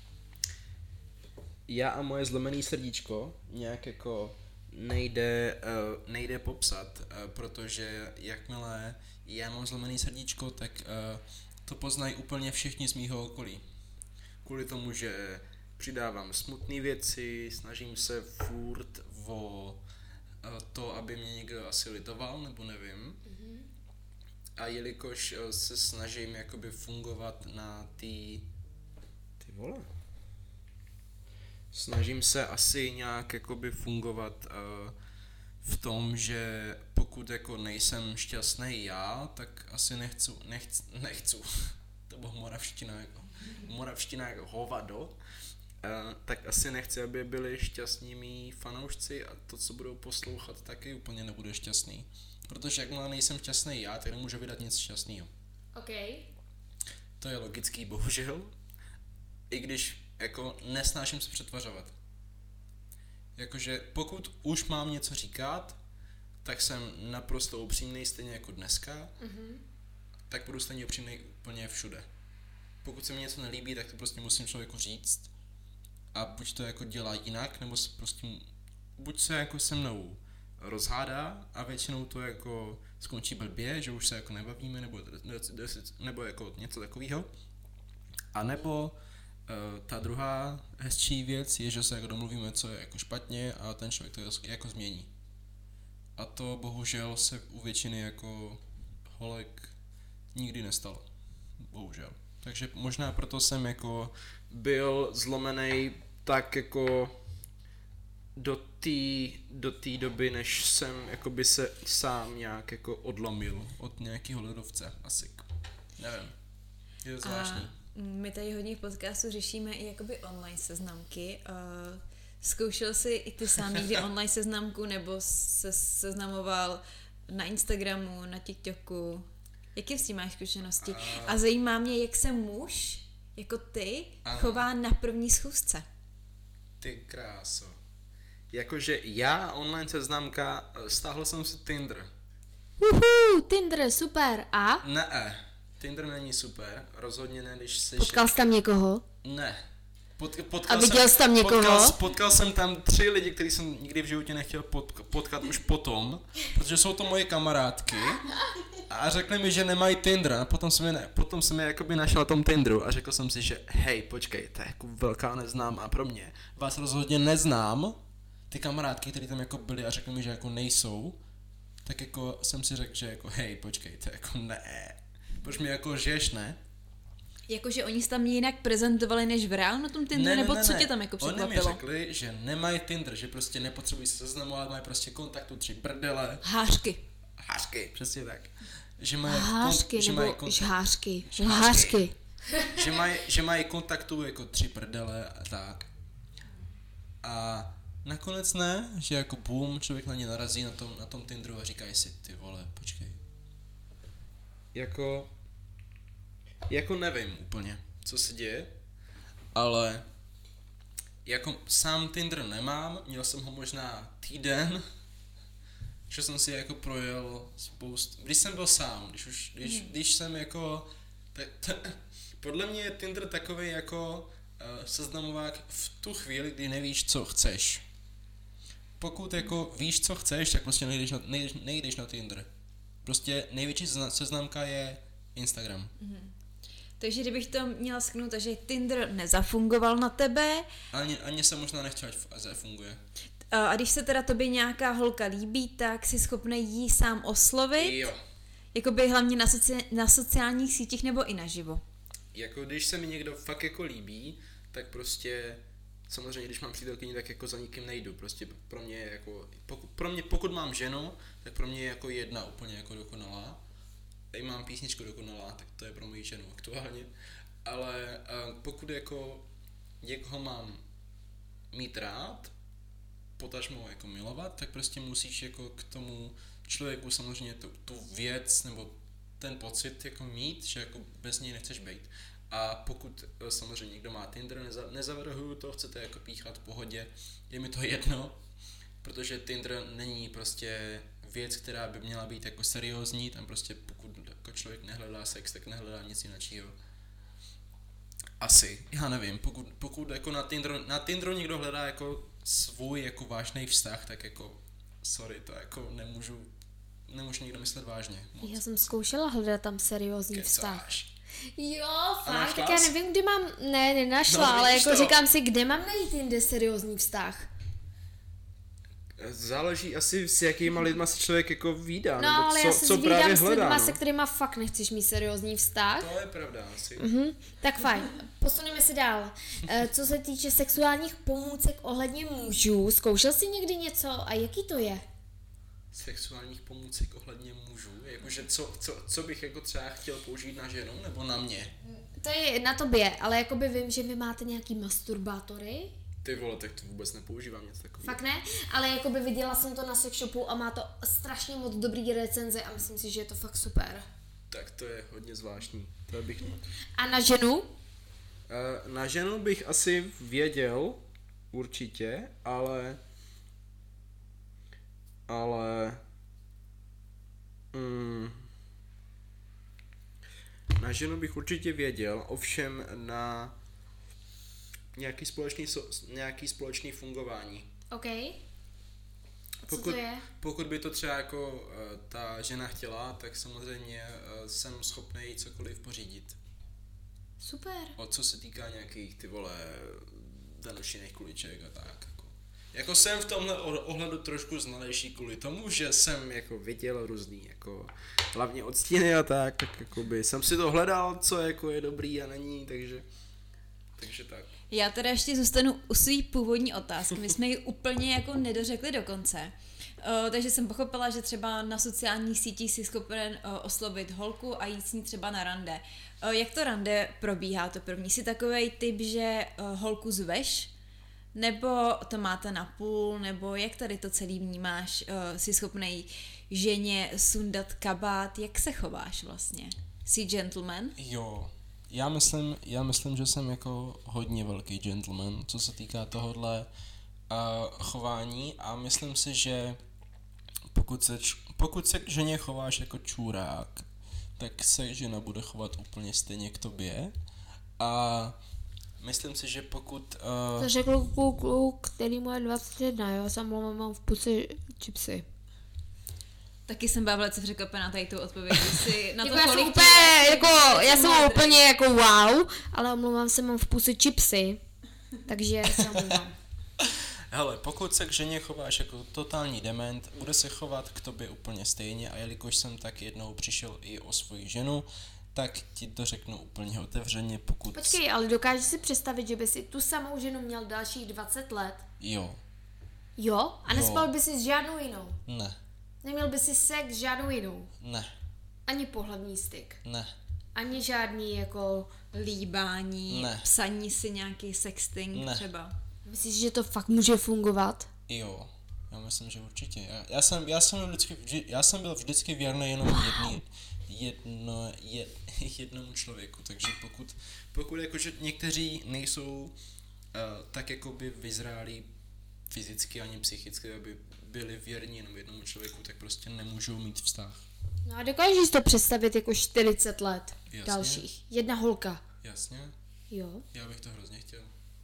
Já a moje zlomený srdíčko nějak jako nejde, uh, nejde popsat, uh, protože jakmile já mám zlomený srdíčko, tak uh, to poznají úplně všichni z mýho okolí. Kvůli tomu, že přidávám smutné věci, snažím se furt o uh, to, aby mě někdo asi litoval, nebo nevím. Mm-hmm. A jelikož uh, se snažím jakoby fungovat na ty... Ty vole... Snažím se asi nějak jakoby fungovat uh, v tom, že pokud jako nejsem šťastný já, tak asi nechci, nechci, nechci. To bylo moravština jako, moravština jako hovado, uh, tak asi nechci, aby byli šťastní mý fanoušci a to, co budou poslouchat, taky úplně nebude šťastný. Protože jakmile nejsem šťastný já, tak nemůžu vydat nic šťastného. OK. To je logický, bohužel. I když jako nesnáším se přetvařovat. Jakože pokud už mám něco říkat, tak jsem naprosto upřímný, stejně jako dneska, mm-hmm. tak budu stejně upřímný úplně všude. Pokud se mi něco nelíbí, tak to prostě musím člověku říct a buď to jako dělá jinak, nebo se prostě, buď se jako se mnou rozhádá a většinou to jako skončí blbě, že už se jako nebavíme, nebo, nebo jako něco takového, a nebo Uh, ta druhá hezčí věc je, že se jako domluvíme, co je jako špatně a ten člověk to jako změní. A to bohužel se u většiny jako holek nikdy nestalo. Bohužel. Takže možná proto jsem jako byl zlomený tak jako do té do té doby, než jsem jakoby se sám nějak jako odlomil od nějakého ledovce asi. Nevím. Je to zvláštní. A... My tady hodně v podcastu řešíme i jakoby online seznamky. Uh, zkoušel jsi i ty sám někdy online seznamku nebo se seznamoval na Instagramu, na TikToku? Jaké s tím máš zkušenosti? Uh, A zajímá mě, jak se muž jako ty uh, chová na první schůzce. Ty kráso. Jakože já online seznamka, stáhl jsem si Tinder. Uhu, Tinder, super. A? Ne. Tinder není super, rozhodně ne, když jsi... Potkal jsi tam někoho? Ne. Pot, potkal a viděl jsi tam někoho? Potkal, potkal jsem tam tři lidi, který jsem nikdy v životě nechtěl potk- potkat už potom, protože jsou to moje kamarádky a řekli mi, že nemají Tinder a potom jsem je, ne, potom jsem je jakoby našel na tom Tinderu a řekl jsem si, že hej, počkej, to je jako velká neznámá pro mě. Vás rozhodně neznám, ty kamarádky, které tam jako byly a řekli mi, že jako nejsou, tak jako jsem si řekl, že jako hej, počkej, to je jako ne. Proč mi jako žiješ, ne? Jakože oni se tam jinak prezentovali než v reálu na tom Tinderu, ne, ne, nebo ne, co ne. tě tam jako překvapilo? Oni mi řekli, že nemají Tinder, že prostě nepotřebují se seznamovat, mají prostě kontaktu, tři prdele. Hářky. Hářky, přesně tak. Že mají Hářky, kon, že nebo mají kont- žhářky. Žhářky. že mají, že mají kontaktu jako tři prdele a tak. A nakonec ne, že jako boom, člověk na ně narazí na tom, na tom Tinderu a říká si, ty vole, počkej. Jako... Jako nevím úplně, co se děje, ale jako sám Tinder nemám, měl jsem ho možná týden, že jsem si jako projel spoustu, když jsem byl sám, když už, když, mm. když jsem jako, t- t- podle mě je Tinder takovej jako uh, seznamovák v tu chvíli, kdy nevíš, co chceš. Pokud jako víš, co chceš, tak prostě nejdeš na, nejdeš, nejdeš na Tinder. Prostě největší seznamka je Instagram. Mm. Takže kdybych to měla sknout, takže Tinder nezafungoval na tebe. Ani, ani se možná nechtěl, ať zafunguje. A když se teda tobě nějaká holka líbí, tak jsi schopný jí sám oslovit? Jo. Jakoby hlavně na, soci, na sociálních sítích nebo i naživo? Jako když se mi někdo fakt jako líbí, tak prostě samozřejmě, když mám přítelkyni, tak jako za nikým nejdu, prostě pro mě je jako, pokud, pro mě, pokud mám ženu, tak pro mě je jako jedna úplně jako dokonalá. Tady mám písničku dokonalá, tak to je pro moji ženu aktuálně, ale uh, pokud jako někoho mám mít rád, potažmo jako milovat, tak prostě musíš jako k tomu člověku samozřejmě tu, tu věc nebo ten pocit jako mít, že jako bez něj nechceš být. A pokud samozřejmě někdo má Tinder, neza, nezavrhuju to, chcete jako píchat v pohodě, je mi to jedno, protože Tinder není prostě věc, která by měla být jako seriózní, tam prostě pokud jako člověk nehledá sex, tak nehledá nic jiného. Asi, já nevím, pokud, pokud jako na Tinderu, na Tinderu někdo hledá jako svůj jako vážný vztah, tak jako sorry, to jako nemůžu, nemůžu nikdo myslet vážně. Moc. Já jsem zkoušela hledat tam seriózní Kecáš. vztah. Jo, fakt, tak já jsi? nevím, kde mám, ne, nenašla, No, ale vidíš jako to. říkám si, kde mám najít jinde seriózní vztah. Záleží asi s jakýma lidma se člověk jako vídá, No, nebo ale co, já se co zvídám právě s hledá. lidma, No. se kterýma fakt nechceš mít seriózní vztah. To je pravda asi. Mhm, tak fajn, posuneme se dál. E, co se týče sexuálních pomůcek ohledně mužů, zkoušel jsi někdy něco a jaký to je? Sexuálních pomůcek ohledně mužů, jakože co, co, co bych jako třeba chtěl použít na ženu nebo na mě. To je na tobě, ale jakoby vím, že vy máte nějaký masturbátory. Ty vole, tak to vůbec nepoužívám nic takového. Fakt ne, ale jakoby viděla jsem to na sexshopu a má to strašně moc dobrý recenze a myslím si, že je to fakt super. Tak to je hodně zvláštní. To bych... A na ženu? Uh, na ženu bych asi věděl, určitě, ale... Ale... Mm, na ženu bych určitě věděl, ovšem na nějaký společný, so, nějaký společný fungování. OK. A co Pokud, to je? pokud by to třeba jako uh, ta žena chtěla, tak samozřejmě uh, jsem schopný cokoliv pořídit. Super. O co se týká nějakých ty vole danošinných kuliček a tak. Jako. jako jsem v tomhle ohledu trošku znalejší kvůli tomu, že jsem jako viděl různý jako hlavně odstíny a tak, tak jakoby jsem si to hledal, co jako je dobrý a není, takže takže tak. Já teda ještě zůstanu u svý původní otázky. My jsme ji úplně jako nedořekli do konce. Uh, takže jsem pochopila, že třeba na sociálních sítích si schopen uh, oslovit holku a jít s ní třeba na rande. Uh, jak to rande probíhá to první? Jsi takovej typ, že uh, holku zveš? Nebo to máte na půl? Nebo jak tady to celý vnímáš? Uh, jsi schopnej ženě sundat kabát? Jak se chováš vlastně? Jsi gentleman? Jo, já myslím, já myslím, že jsem jako hodně velký gentleman, co se týká tohohle uh, chování a myslím si, že pokud se, pokud se k ženě chováš jako čurák, tak se žena bude chovat úplně stejně k tobě a myslím si, že pokud... Uh, To řekl kluk, kluk, který mu je dvacet jedna, jo, jsem mám v puse chipsy. Taky jsem byla velice překvapená tady tou odpovědí. Si na to, Jako já jsem kolik úplně, ti je, jako, jsi já jsem moudrý. úplně jako wow, ale omlouvám se, mám v puse chipsy, takže se omlouvám. Hele, pokud se k ženě chováš jako totální dement, bude se chovat k tobě úplně stejně a jelikož jsem tak jednou přišel i o svoji ženu, tak ti to řeknu úplně otevřeně, pokud... Počkej, ale dokážeš si představit, že by si tu samou ženu měl dalších dvacet let? Jo, Jo? A Jo. nespal by si s žádnou jinou? ne, Neměl by si sex s žádnou jinou? ne, Ani pohlavní styk? ne, Ani žádný jako... Líbání, Ne. psaní si nějaký sexting Ne. třeba. Myslíš, že to fakt může fungovat? jo, já myslím, že určitě. Já, já, jsem, já, jsem, byl vždycky, vždy, já jsem byl vždycky věrný jenom jedný, jedno, je, jednomu člověku, takže pokud, pokud jakože někteří nejsou uh, tak jakoby vyzrálí fyzicky ani psychicky, aby byli věrní jenom jednomu člověku, tak prostě nemůžou mít vztah. No a dokážeš si to představit jako čtyřicet let Jasně. dalších? Jedna holka. Jasně? Jo. Já bych to hrozně chtěl.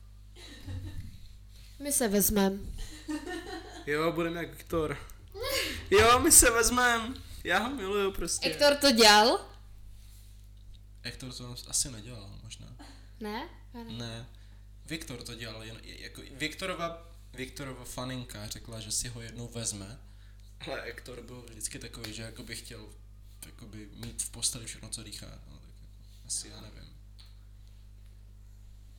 My se vezmem. Jo, budeme jak Viktor. Jo, my se vezmeme. Já ho miluju prostě. Hector to dělal? Hector to asi nedělal, možná. Ne? Ne. Ne. Viktor to dělal, jen, jako Viktorova, Viktorova faninka řekla, že si ho jednou vezme, ale Hector byl vždycky takový, že jako by chtěl jakoby mít v posteli všechno, co dýchá. No, tak jako, asi já nevím.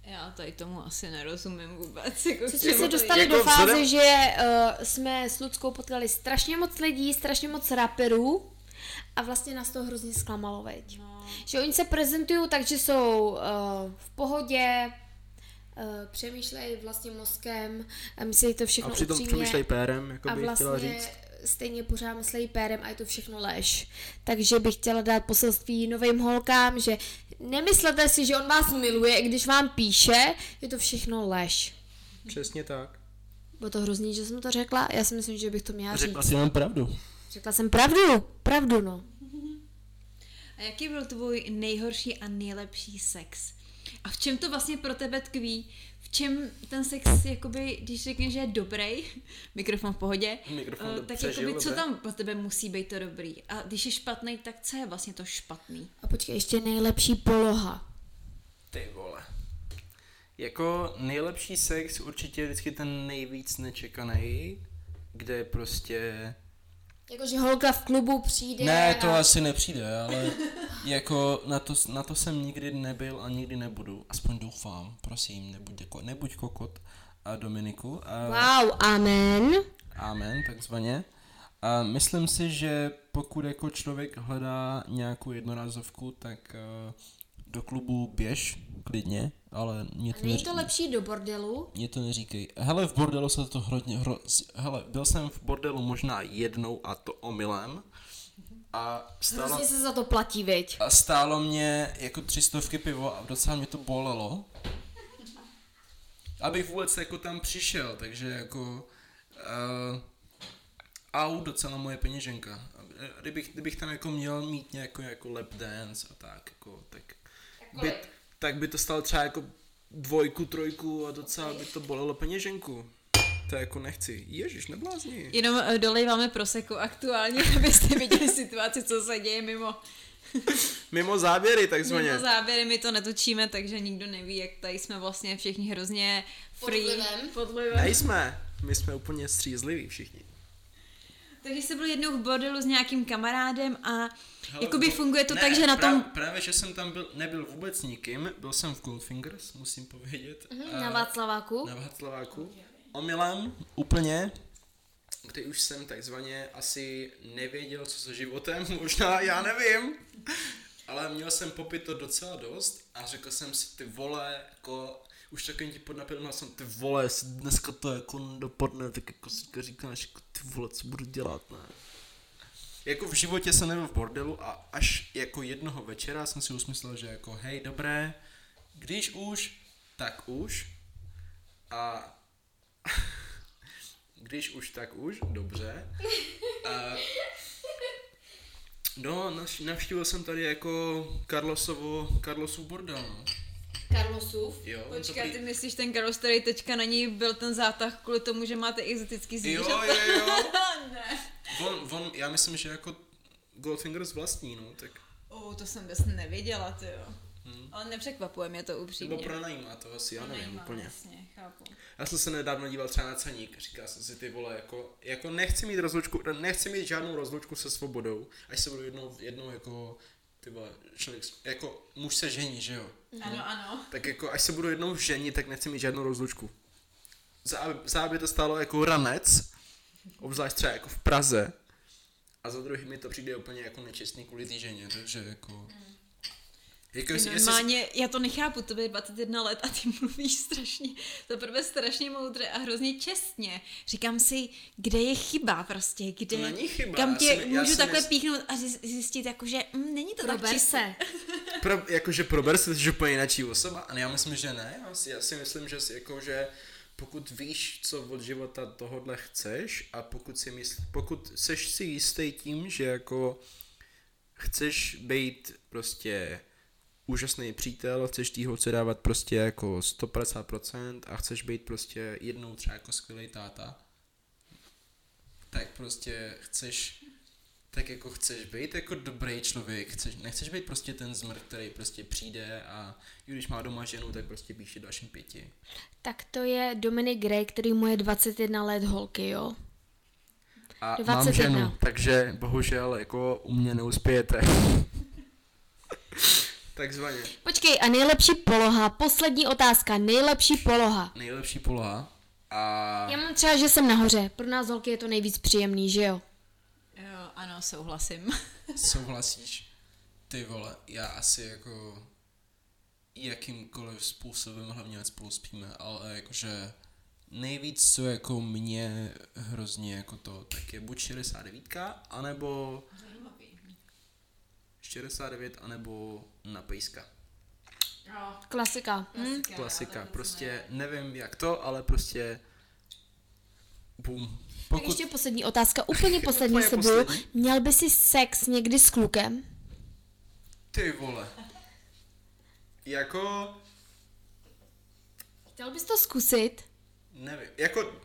Já tady tomu asi nerozumím vůbec. Jako Co jsme se dostali Jako do fáze, vzhledem- že uh, jsme s Luckou potkali strašně moc lidí, strašně moc raperů a vlastně nás to hrozně zklamalo, veď. No. Že oni se prezentují tak, že jsou uh, v pohodě, uh, přemýšlejí vlastně mozkem, a myslí to A všechno přitom upřímně přemýšlej pérem, jako a bych chtěla vlastně říct. stejně pořád myslejí pérem a je to všechno lež. Takže bych chtěla dát poselství novým holkám, že nemyslete si, že on vás miluje, i když vám píše, je to všechno lež. Přesně tak. Bylo to hrozný, že jsem to řekla, já si myslím, že bych to měla říct. Řekla si jenom pravdu. Řekla jsem pravdu, pravdu no. A jaký byl tvůj nejhorší a nejlepší sex? A v čem to vlastně pro tebe tkví? V čem ten sex, jakoby, když řekneš, že je dobrý, mikrofon v pohodě, Mikrofon eh, to tak přežil, jakoby, co dobře. tam pro tebe musí být to dobrý? A když je špatný, tak co je vlastně to špatný? A počkej, ještě nejlepší poloha. Ty vole. Jako nejlepší sex určitě je vždycky ten nejvíc nečekaný, kde prostě... Jakože holka v klubu přijde Ne, to a... asi nepřijde, ale jako na to, na to jsem nikdy nebyl a nikdy nebudu. Aspoň doufám, prosím, nebuď, jako, nebuď kokot a Dominiku. A, Wow, amen. Amen, takzvaně. A myslím si, že pokud jako člověk hledá nějakou jednorázovku, tak uh, do klubu běž klidně, ale mě to, Není neří- to lepší do bordelu? mě to neříkej. Hele, v bordelu se to hodně hro... Hele, byl jsem v bordelu možná jednou a to omylem. A stálo, Hrozně se za to platí, viď? a stálo mě jako tři stovky pivo a docela mě to bolelo. Abych vůbec jako tam přišel, takže jako... Uh, au, docela moje peněženka. Kdybych, kdybych tam jako měl mít nějakou jako lap dance a tak, jako, tak, by, tak by to stalo třeba jako dvojku, trojku a docela by to bolelo peněženku. To jako nechci. Ježiš, neblázni. Jenom uh, dolejváme prosecco aktuálně, abyste viděli situaci, co se děje mimo, Mimo záběry, takzvaně. mimo záběry. My to netočíme, takže nikdo neví, jak tady jsme vlastně všichni hrozně free. Pod vlivem. Pod vlivem. Nejsme. My jsme úplně střízliví všichni. Takže jsi byl jednou v bordelu s nějakým kamarádem a Hele, jakoby bo- funguje to ne, tak, že na tom... Právě, právě, že jsem tam byl, nebyl vůbec nikým, byl jsem v Goldfingers, musím povědět. Mhm, a- na Václaváku. Na Václaváku. Omylem, úplně, kdy už jsem takzvaně asi nevěděl, co se životem, možná, já nevím. Ale měl jsem popit to docela dost a řekl jsem si, ty vole, jako, už takovým ti podnapil, jsem ty vole, jestli dneska to jako dopadne, tak jako si říkáš, jako, ty vole, co budu dělat, ne? Jako v životě jsem nebyl v bordelu a až jako jednoho večera jsem si usmyslel, že jako hej, dobré, když už, tak už. A když už, tak už, dobře. A no, navš- navštívil jsem tady jako Carlosovo, Carlosův bordel, no. Carlosův. Jo, on to Počkej, prý- ty myslíš ten Carlos, který teďka na ní byl ten zátah kvůli tomu, že máte exotický Jo, zvířata? jo, jo. Ne. On, on, já myslím, že jako Goldfingers vlastní, no, tak. Oh, to jsem vůbec nevěděla, ty jo. Hm. Ale nepřekvapuje mě to upřímně. Nebo pronajímá to asi, já nevím Pronajímá, úplně. Jasně, chápu. Já jsem se nedávno díval třeba na ceník, říkal jsem si ty vole, jako, jako nechci mít rozlučku, nechci mít žádnou rozlučku se svobodou, až se budu jednou, jednou jako, ty vole, člověk, jako muž se žení, že jo? Ano, ano. Tak jako až se budu jednou ženit, tak nechci mít žádnou rozlučku. Za, za by to stálo jako ranec, obzvlášť třeba jako v Praze, a za druhý mi to přijde úplně jako nečestný kvůli té ženě, takže jako... Jako jestli- jestli- Normálně, já to nechápu, to je dvacet jedna let a ty mluvíš strašně, to prvé strašně moudře a hrozně čestně. Říkám si, kde je chyba prostě, kde, To není chyba, kam já tě si my- já můžu si takhle mysl- píchnout a zjis- zjistit, jako, že mm, není to tak Prober čisté. se. Pro, jakože prober se, že úplně jináčí osoba, a já myslím, že ne, já si, já si myslím, že si, jako, že pokud víš, co od života tohodle chceš a pokud si mysl, pokud seš si jistý tím, že jako chceš být prostě úžasný přítel, chceš tý holce dávat prostě jako sto padesát procent a chceš být prostě jednou třeba jako skvělý táta, tak prostě chceš, tak jako chceš být jako dobrý člověk, chceš, nechceš být prostě ten zmrt, který prostě přijde a i když má doma ženu, tak prostě píše dalším pěti. Tak to je Dominik Gray, který mu je dvacet jedna let holky, jo? A dvacet mám jedna. ženu, takže bohužel jako u mě neuspějete. Takzvaně. Počkej, a nejlepší poloha, poslední otázka, nejlepší poloha. Nejlepší poloha. A... Já mám třeba, že jsem nahoře, pro nás holky je to nejvíc příjemný, že jo? Jo, ano, souhlasím. Souhlasíš? Ty vole, já asi jako jakýmkoliv způsobem, hlavně ať spolu spíme, ale jakože nejvíc, co jako mě hrozně jako to, tak je buď šedesát devět, anebo šedesát devět, anebo na pejska. Jo, Klasika. Hm? Klasika, prostě nevím jak to, ale prostě bum. Tak Pokud, ještě poslední otázka, úplně poslední Úplně slibuju. poslední. Měl by si sex někdy s klukem? ty vole, Jako, Chtěl bys to zkusit? nevím, jako,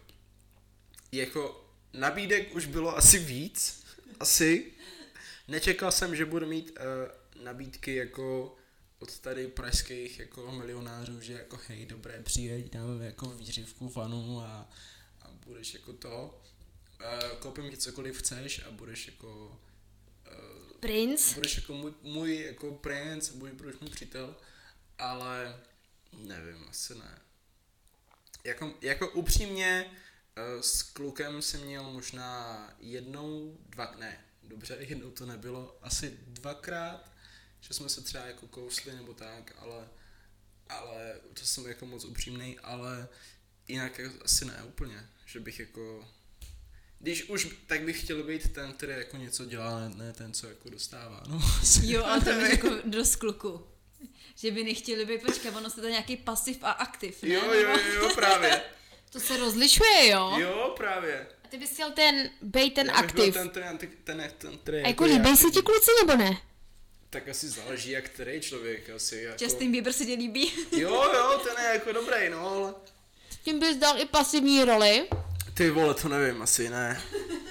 jako nabídek už bylo asi víc, asi. Nečekal jsem, že budu mít uh, nabídky jako od tady pražských jako milionářů, že jako hej, dobré, přijeď, dáme jako výřivku, vanu a, a budeš jako to, uh, koupím ti cokoliv chceš a budeš jako, uh, Princ? budeš jako můj, můj jako princ, budeš, budeš můj přítel, ale nevím, asi ne. Jako, jako upřímně uh, s klukem jsem měl možná jednou, dva, ne, dobře, jednou to nebylo, asi dvakrát, že jsme se třeba jako kousli nebo tak, ale, ale to jsem jako moc upřímnej, ale jinak jako asi ne úplně, že bych jako, když už, tak bych chtěl být ten, který jako něco dělá, ne, ne ten, co jako dostává, no. Asi. jo, ale to je jako dost kluku. Že by nechtěli být, počkej, ono se to nějaký pasiv a aktiv, ne? Jo, jo, jo, jo, právě, To se rozlišuje, jo? jo, právě. A ty bys chtěl ten, bej ten Já bych byl aktiv. ten, ten, ten, ten, ten, který A jako je líbí se aktivní. ti kluci nebo ne? Tak asi záleží, jak který člověk, asi jako... Justin Bieber se ti líbí. Jo, jo, ten je jako dobrý, no, ale... Tím bys dal i pasivní roli. Ty vole, to nevím, asi ne.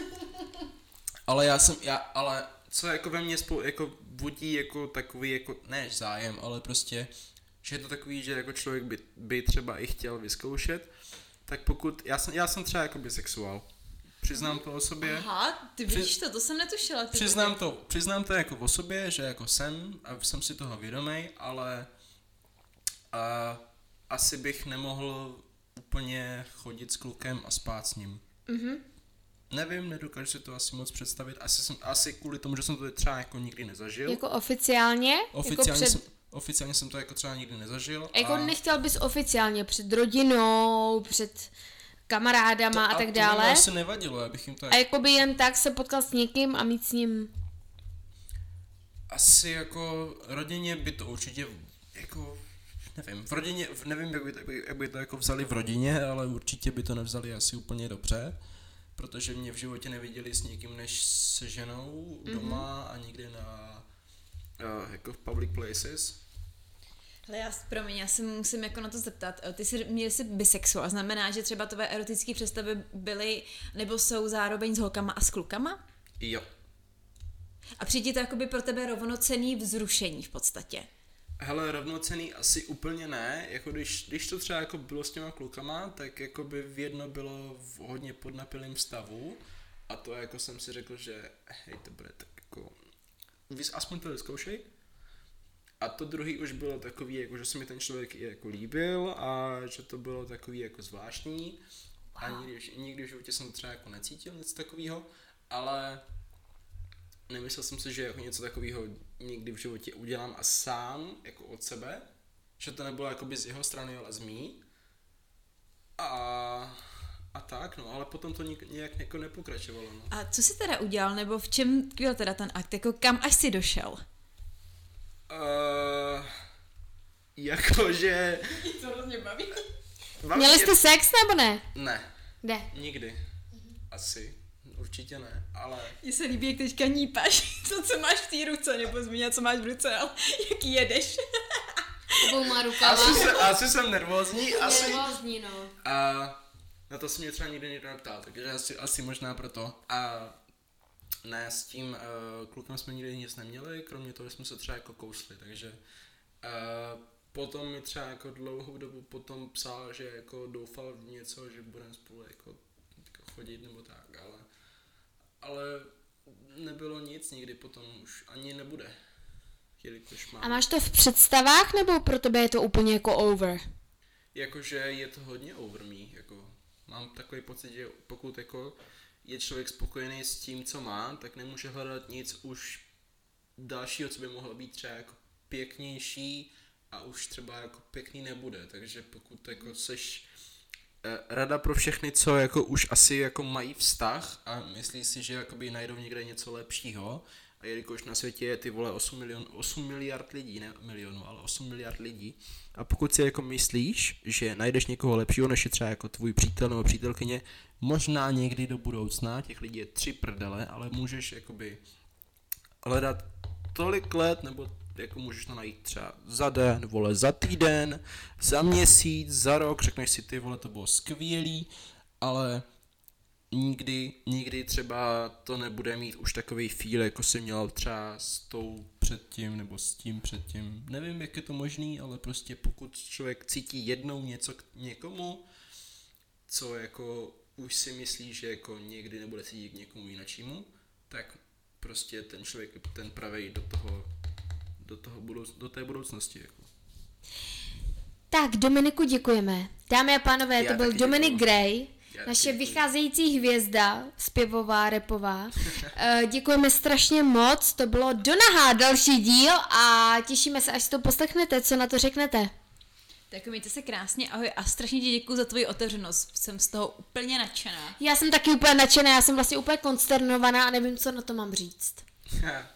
ale já jsem, já, Ale co jako ve mně spolu, jako budí jako takový, jako, ne zájem, ale prostě, že je to takový, že jako člověk by, by třeba i chtěl vyzkoušet, tak pokud, já jsem, já jsem třeba jako bisexuál. Přiznám to o sobě. Aha, ty víš to, to jsem netušila. Ty přiznám to, přiznám to jako o sobě, že jako jsem a jsem si toho vědomý, ale a, asi bych nemohl úplně chodit s klukem a spát s ním. Mhm. Nevím, nedokážu si to asi moc představit, asi, jsem, asi kvůli tomu, že jsem to třeba jako nikdy nezažil. Jako oficiálně? Oficiálně, jako před... jsem, oficiálně jsem to jako třeba nikdy nezažil. Jako a... nechtěl bys oficiálně před rodinou, před kamarádama a, a tak to dále? mi asi nevadilo, já bych jim to A jako by jen tak se potkal s někým a mít s ním... asi jako rodině by to určitě jako nevím, v rodině, nevím, jak by, to, jak by to jako vzali v rodině, ale určitě by to nevzali asi úplně dobře, protože mě v životě neviděli s někým než se ženou doma mm-hmm. a někde na Uh, jako v public places. Ale já, promiň, já se musím jako na to zeptat. Ty jsi měl jsi bisexuál, znamená, že třeba tvoje erotické představy byly nebo jsou zároveň s holkama a s klukama? Jo. A přijde to jakoby pro tebe rovnocenný vzrušení v podstatě. Hele, rovnocenný asi úplně ne, jako když, když to třeba jako bylo s těma klukama, tak jako by v jedno bylo v hodně podnapilém stavu a to jako jsem si řekl, že hej, to bude tak jako, vys, aspoň to vyzkoušej. A to druhý už bylo takový, jako že se mi ten člověk i jako líbil a že to bylo takový jako zvláštní. Wow. A nikdy, nikdy v životě jsem to třeba jako necítil, něco takového, ale nemyslel jsem si, že jako něco takového někdy v životě udělám a sám, jako od sebe, že to nebylo jakoby z jeho strany, ale z mý. A, a tak, no, ale potom to nějak, nějak jako nepokračovalo, no. A co jsi teda udělal, nebo v čem byl teda ten akt, jako kam až jsi došel? Uh, jakože... To hrozně baví. Měli jste sex nebo ne? Ne, Kde? nikdy. Asi. Určitě ne, ale... Mně se líbí, jak teďka nípáš to, co máš v té ruce, nebo zmínět, co máš v ruce, ale jak jedeš. Obouma rukama. Asi, se, asi jsem nervózní, asi... Nervózní, no. A na to se mě třeba nikdy někdo neptal, takže asi, asi možná proto. A ne, s tím uh, klukem jsme nikdy nic neměli, kromě toho, že jsme se třeba jako kousli, takže uh, potom mi třeba jako dlouhou dobu potom psal, že jako doufal v něco, že budeme spolu jako, jako chodit nebo tak, ale, ale nebylo nic nikdy potom už ani nebude. jelikož mám... A máš to v představách, nebo pro tebe je to úplně jako over? Jakože je to hodně over me, jako mám takový pocit, že pokud jako je člověk spokojený s tím, co má, tak nemůže hledat nic už dalšího, co by mohlo být třeba jako pěknější a už třeba jako pěkný nebude, takže pokud jako seš eh, rada pro všechny, co jako už asi jako mají vztah a myslí si, že jakoby najdou někde něco lepšího, a jelikož na světě je ty vole osm, milion, osm miliard lidí, ne milionů, ale osm miliard lidí, a pokud si jako myslíš, že najdeš někoho lepšího, než je třeba jako tvůj přítel nebo přítelkyně, možná někdy do budoucna, těch lidí je tři prdele, ale můžeš jakoby hledat tolik let, nebo jako můžeš to najít třeba za den, vole, za týden, za měsíc, za rok, řekneš si ty vole, to bylo skvělý, ale nikdy, nikdy třeba to nebude mít už takový feel, jako jsi měl třeba s tou předtím, nebo s tím předtím. Nevím, jak je to možný, ale prostě pokud člověk cítí jednou něco k někomu, co jako už si myslí, že jako někdy nebude cítit k někomu jinačímu, tak prostě ten člověk je ten pravej do toho, do toho budouc, do té budoucnosti. Jako. Tak, Dominiku, děkujeme. Dámy a pánové, Já to byl taky Dominik děkuju. Gray, Já naše taky vycházející hvězda, zpěvová, repová. Eh, Děkujeme strašně moc, to bylo do nahá další díl a těšíme se, až si to poslechnete, co na to řeknete. Tak mějte se krásně, ahoj a strašně ti děkuji za tvoji otevřenost, jsem z toho úplně nadšená. Já jsem taky úplně nadšená, já jsem vlastně úplně konsternovaná a nevím, co na to mám říct.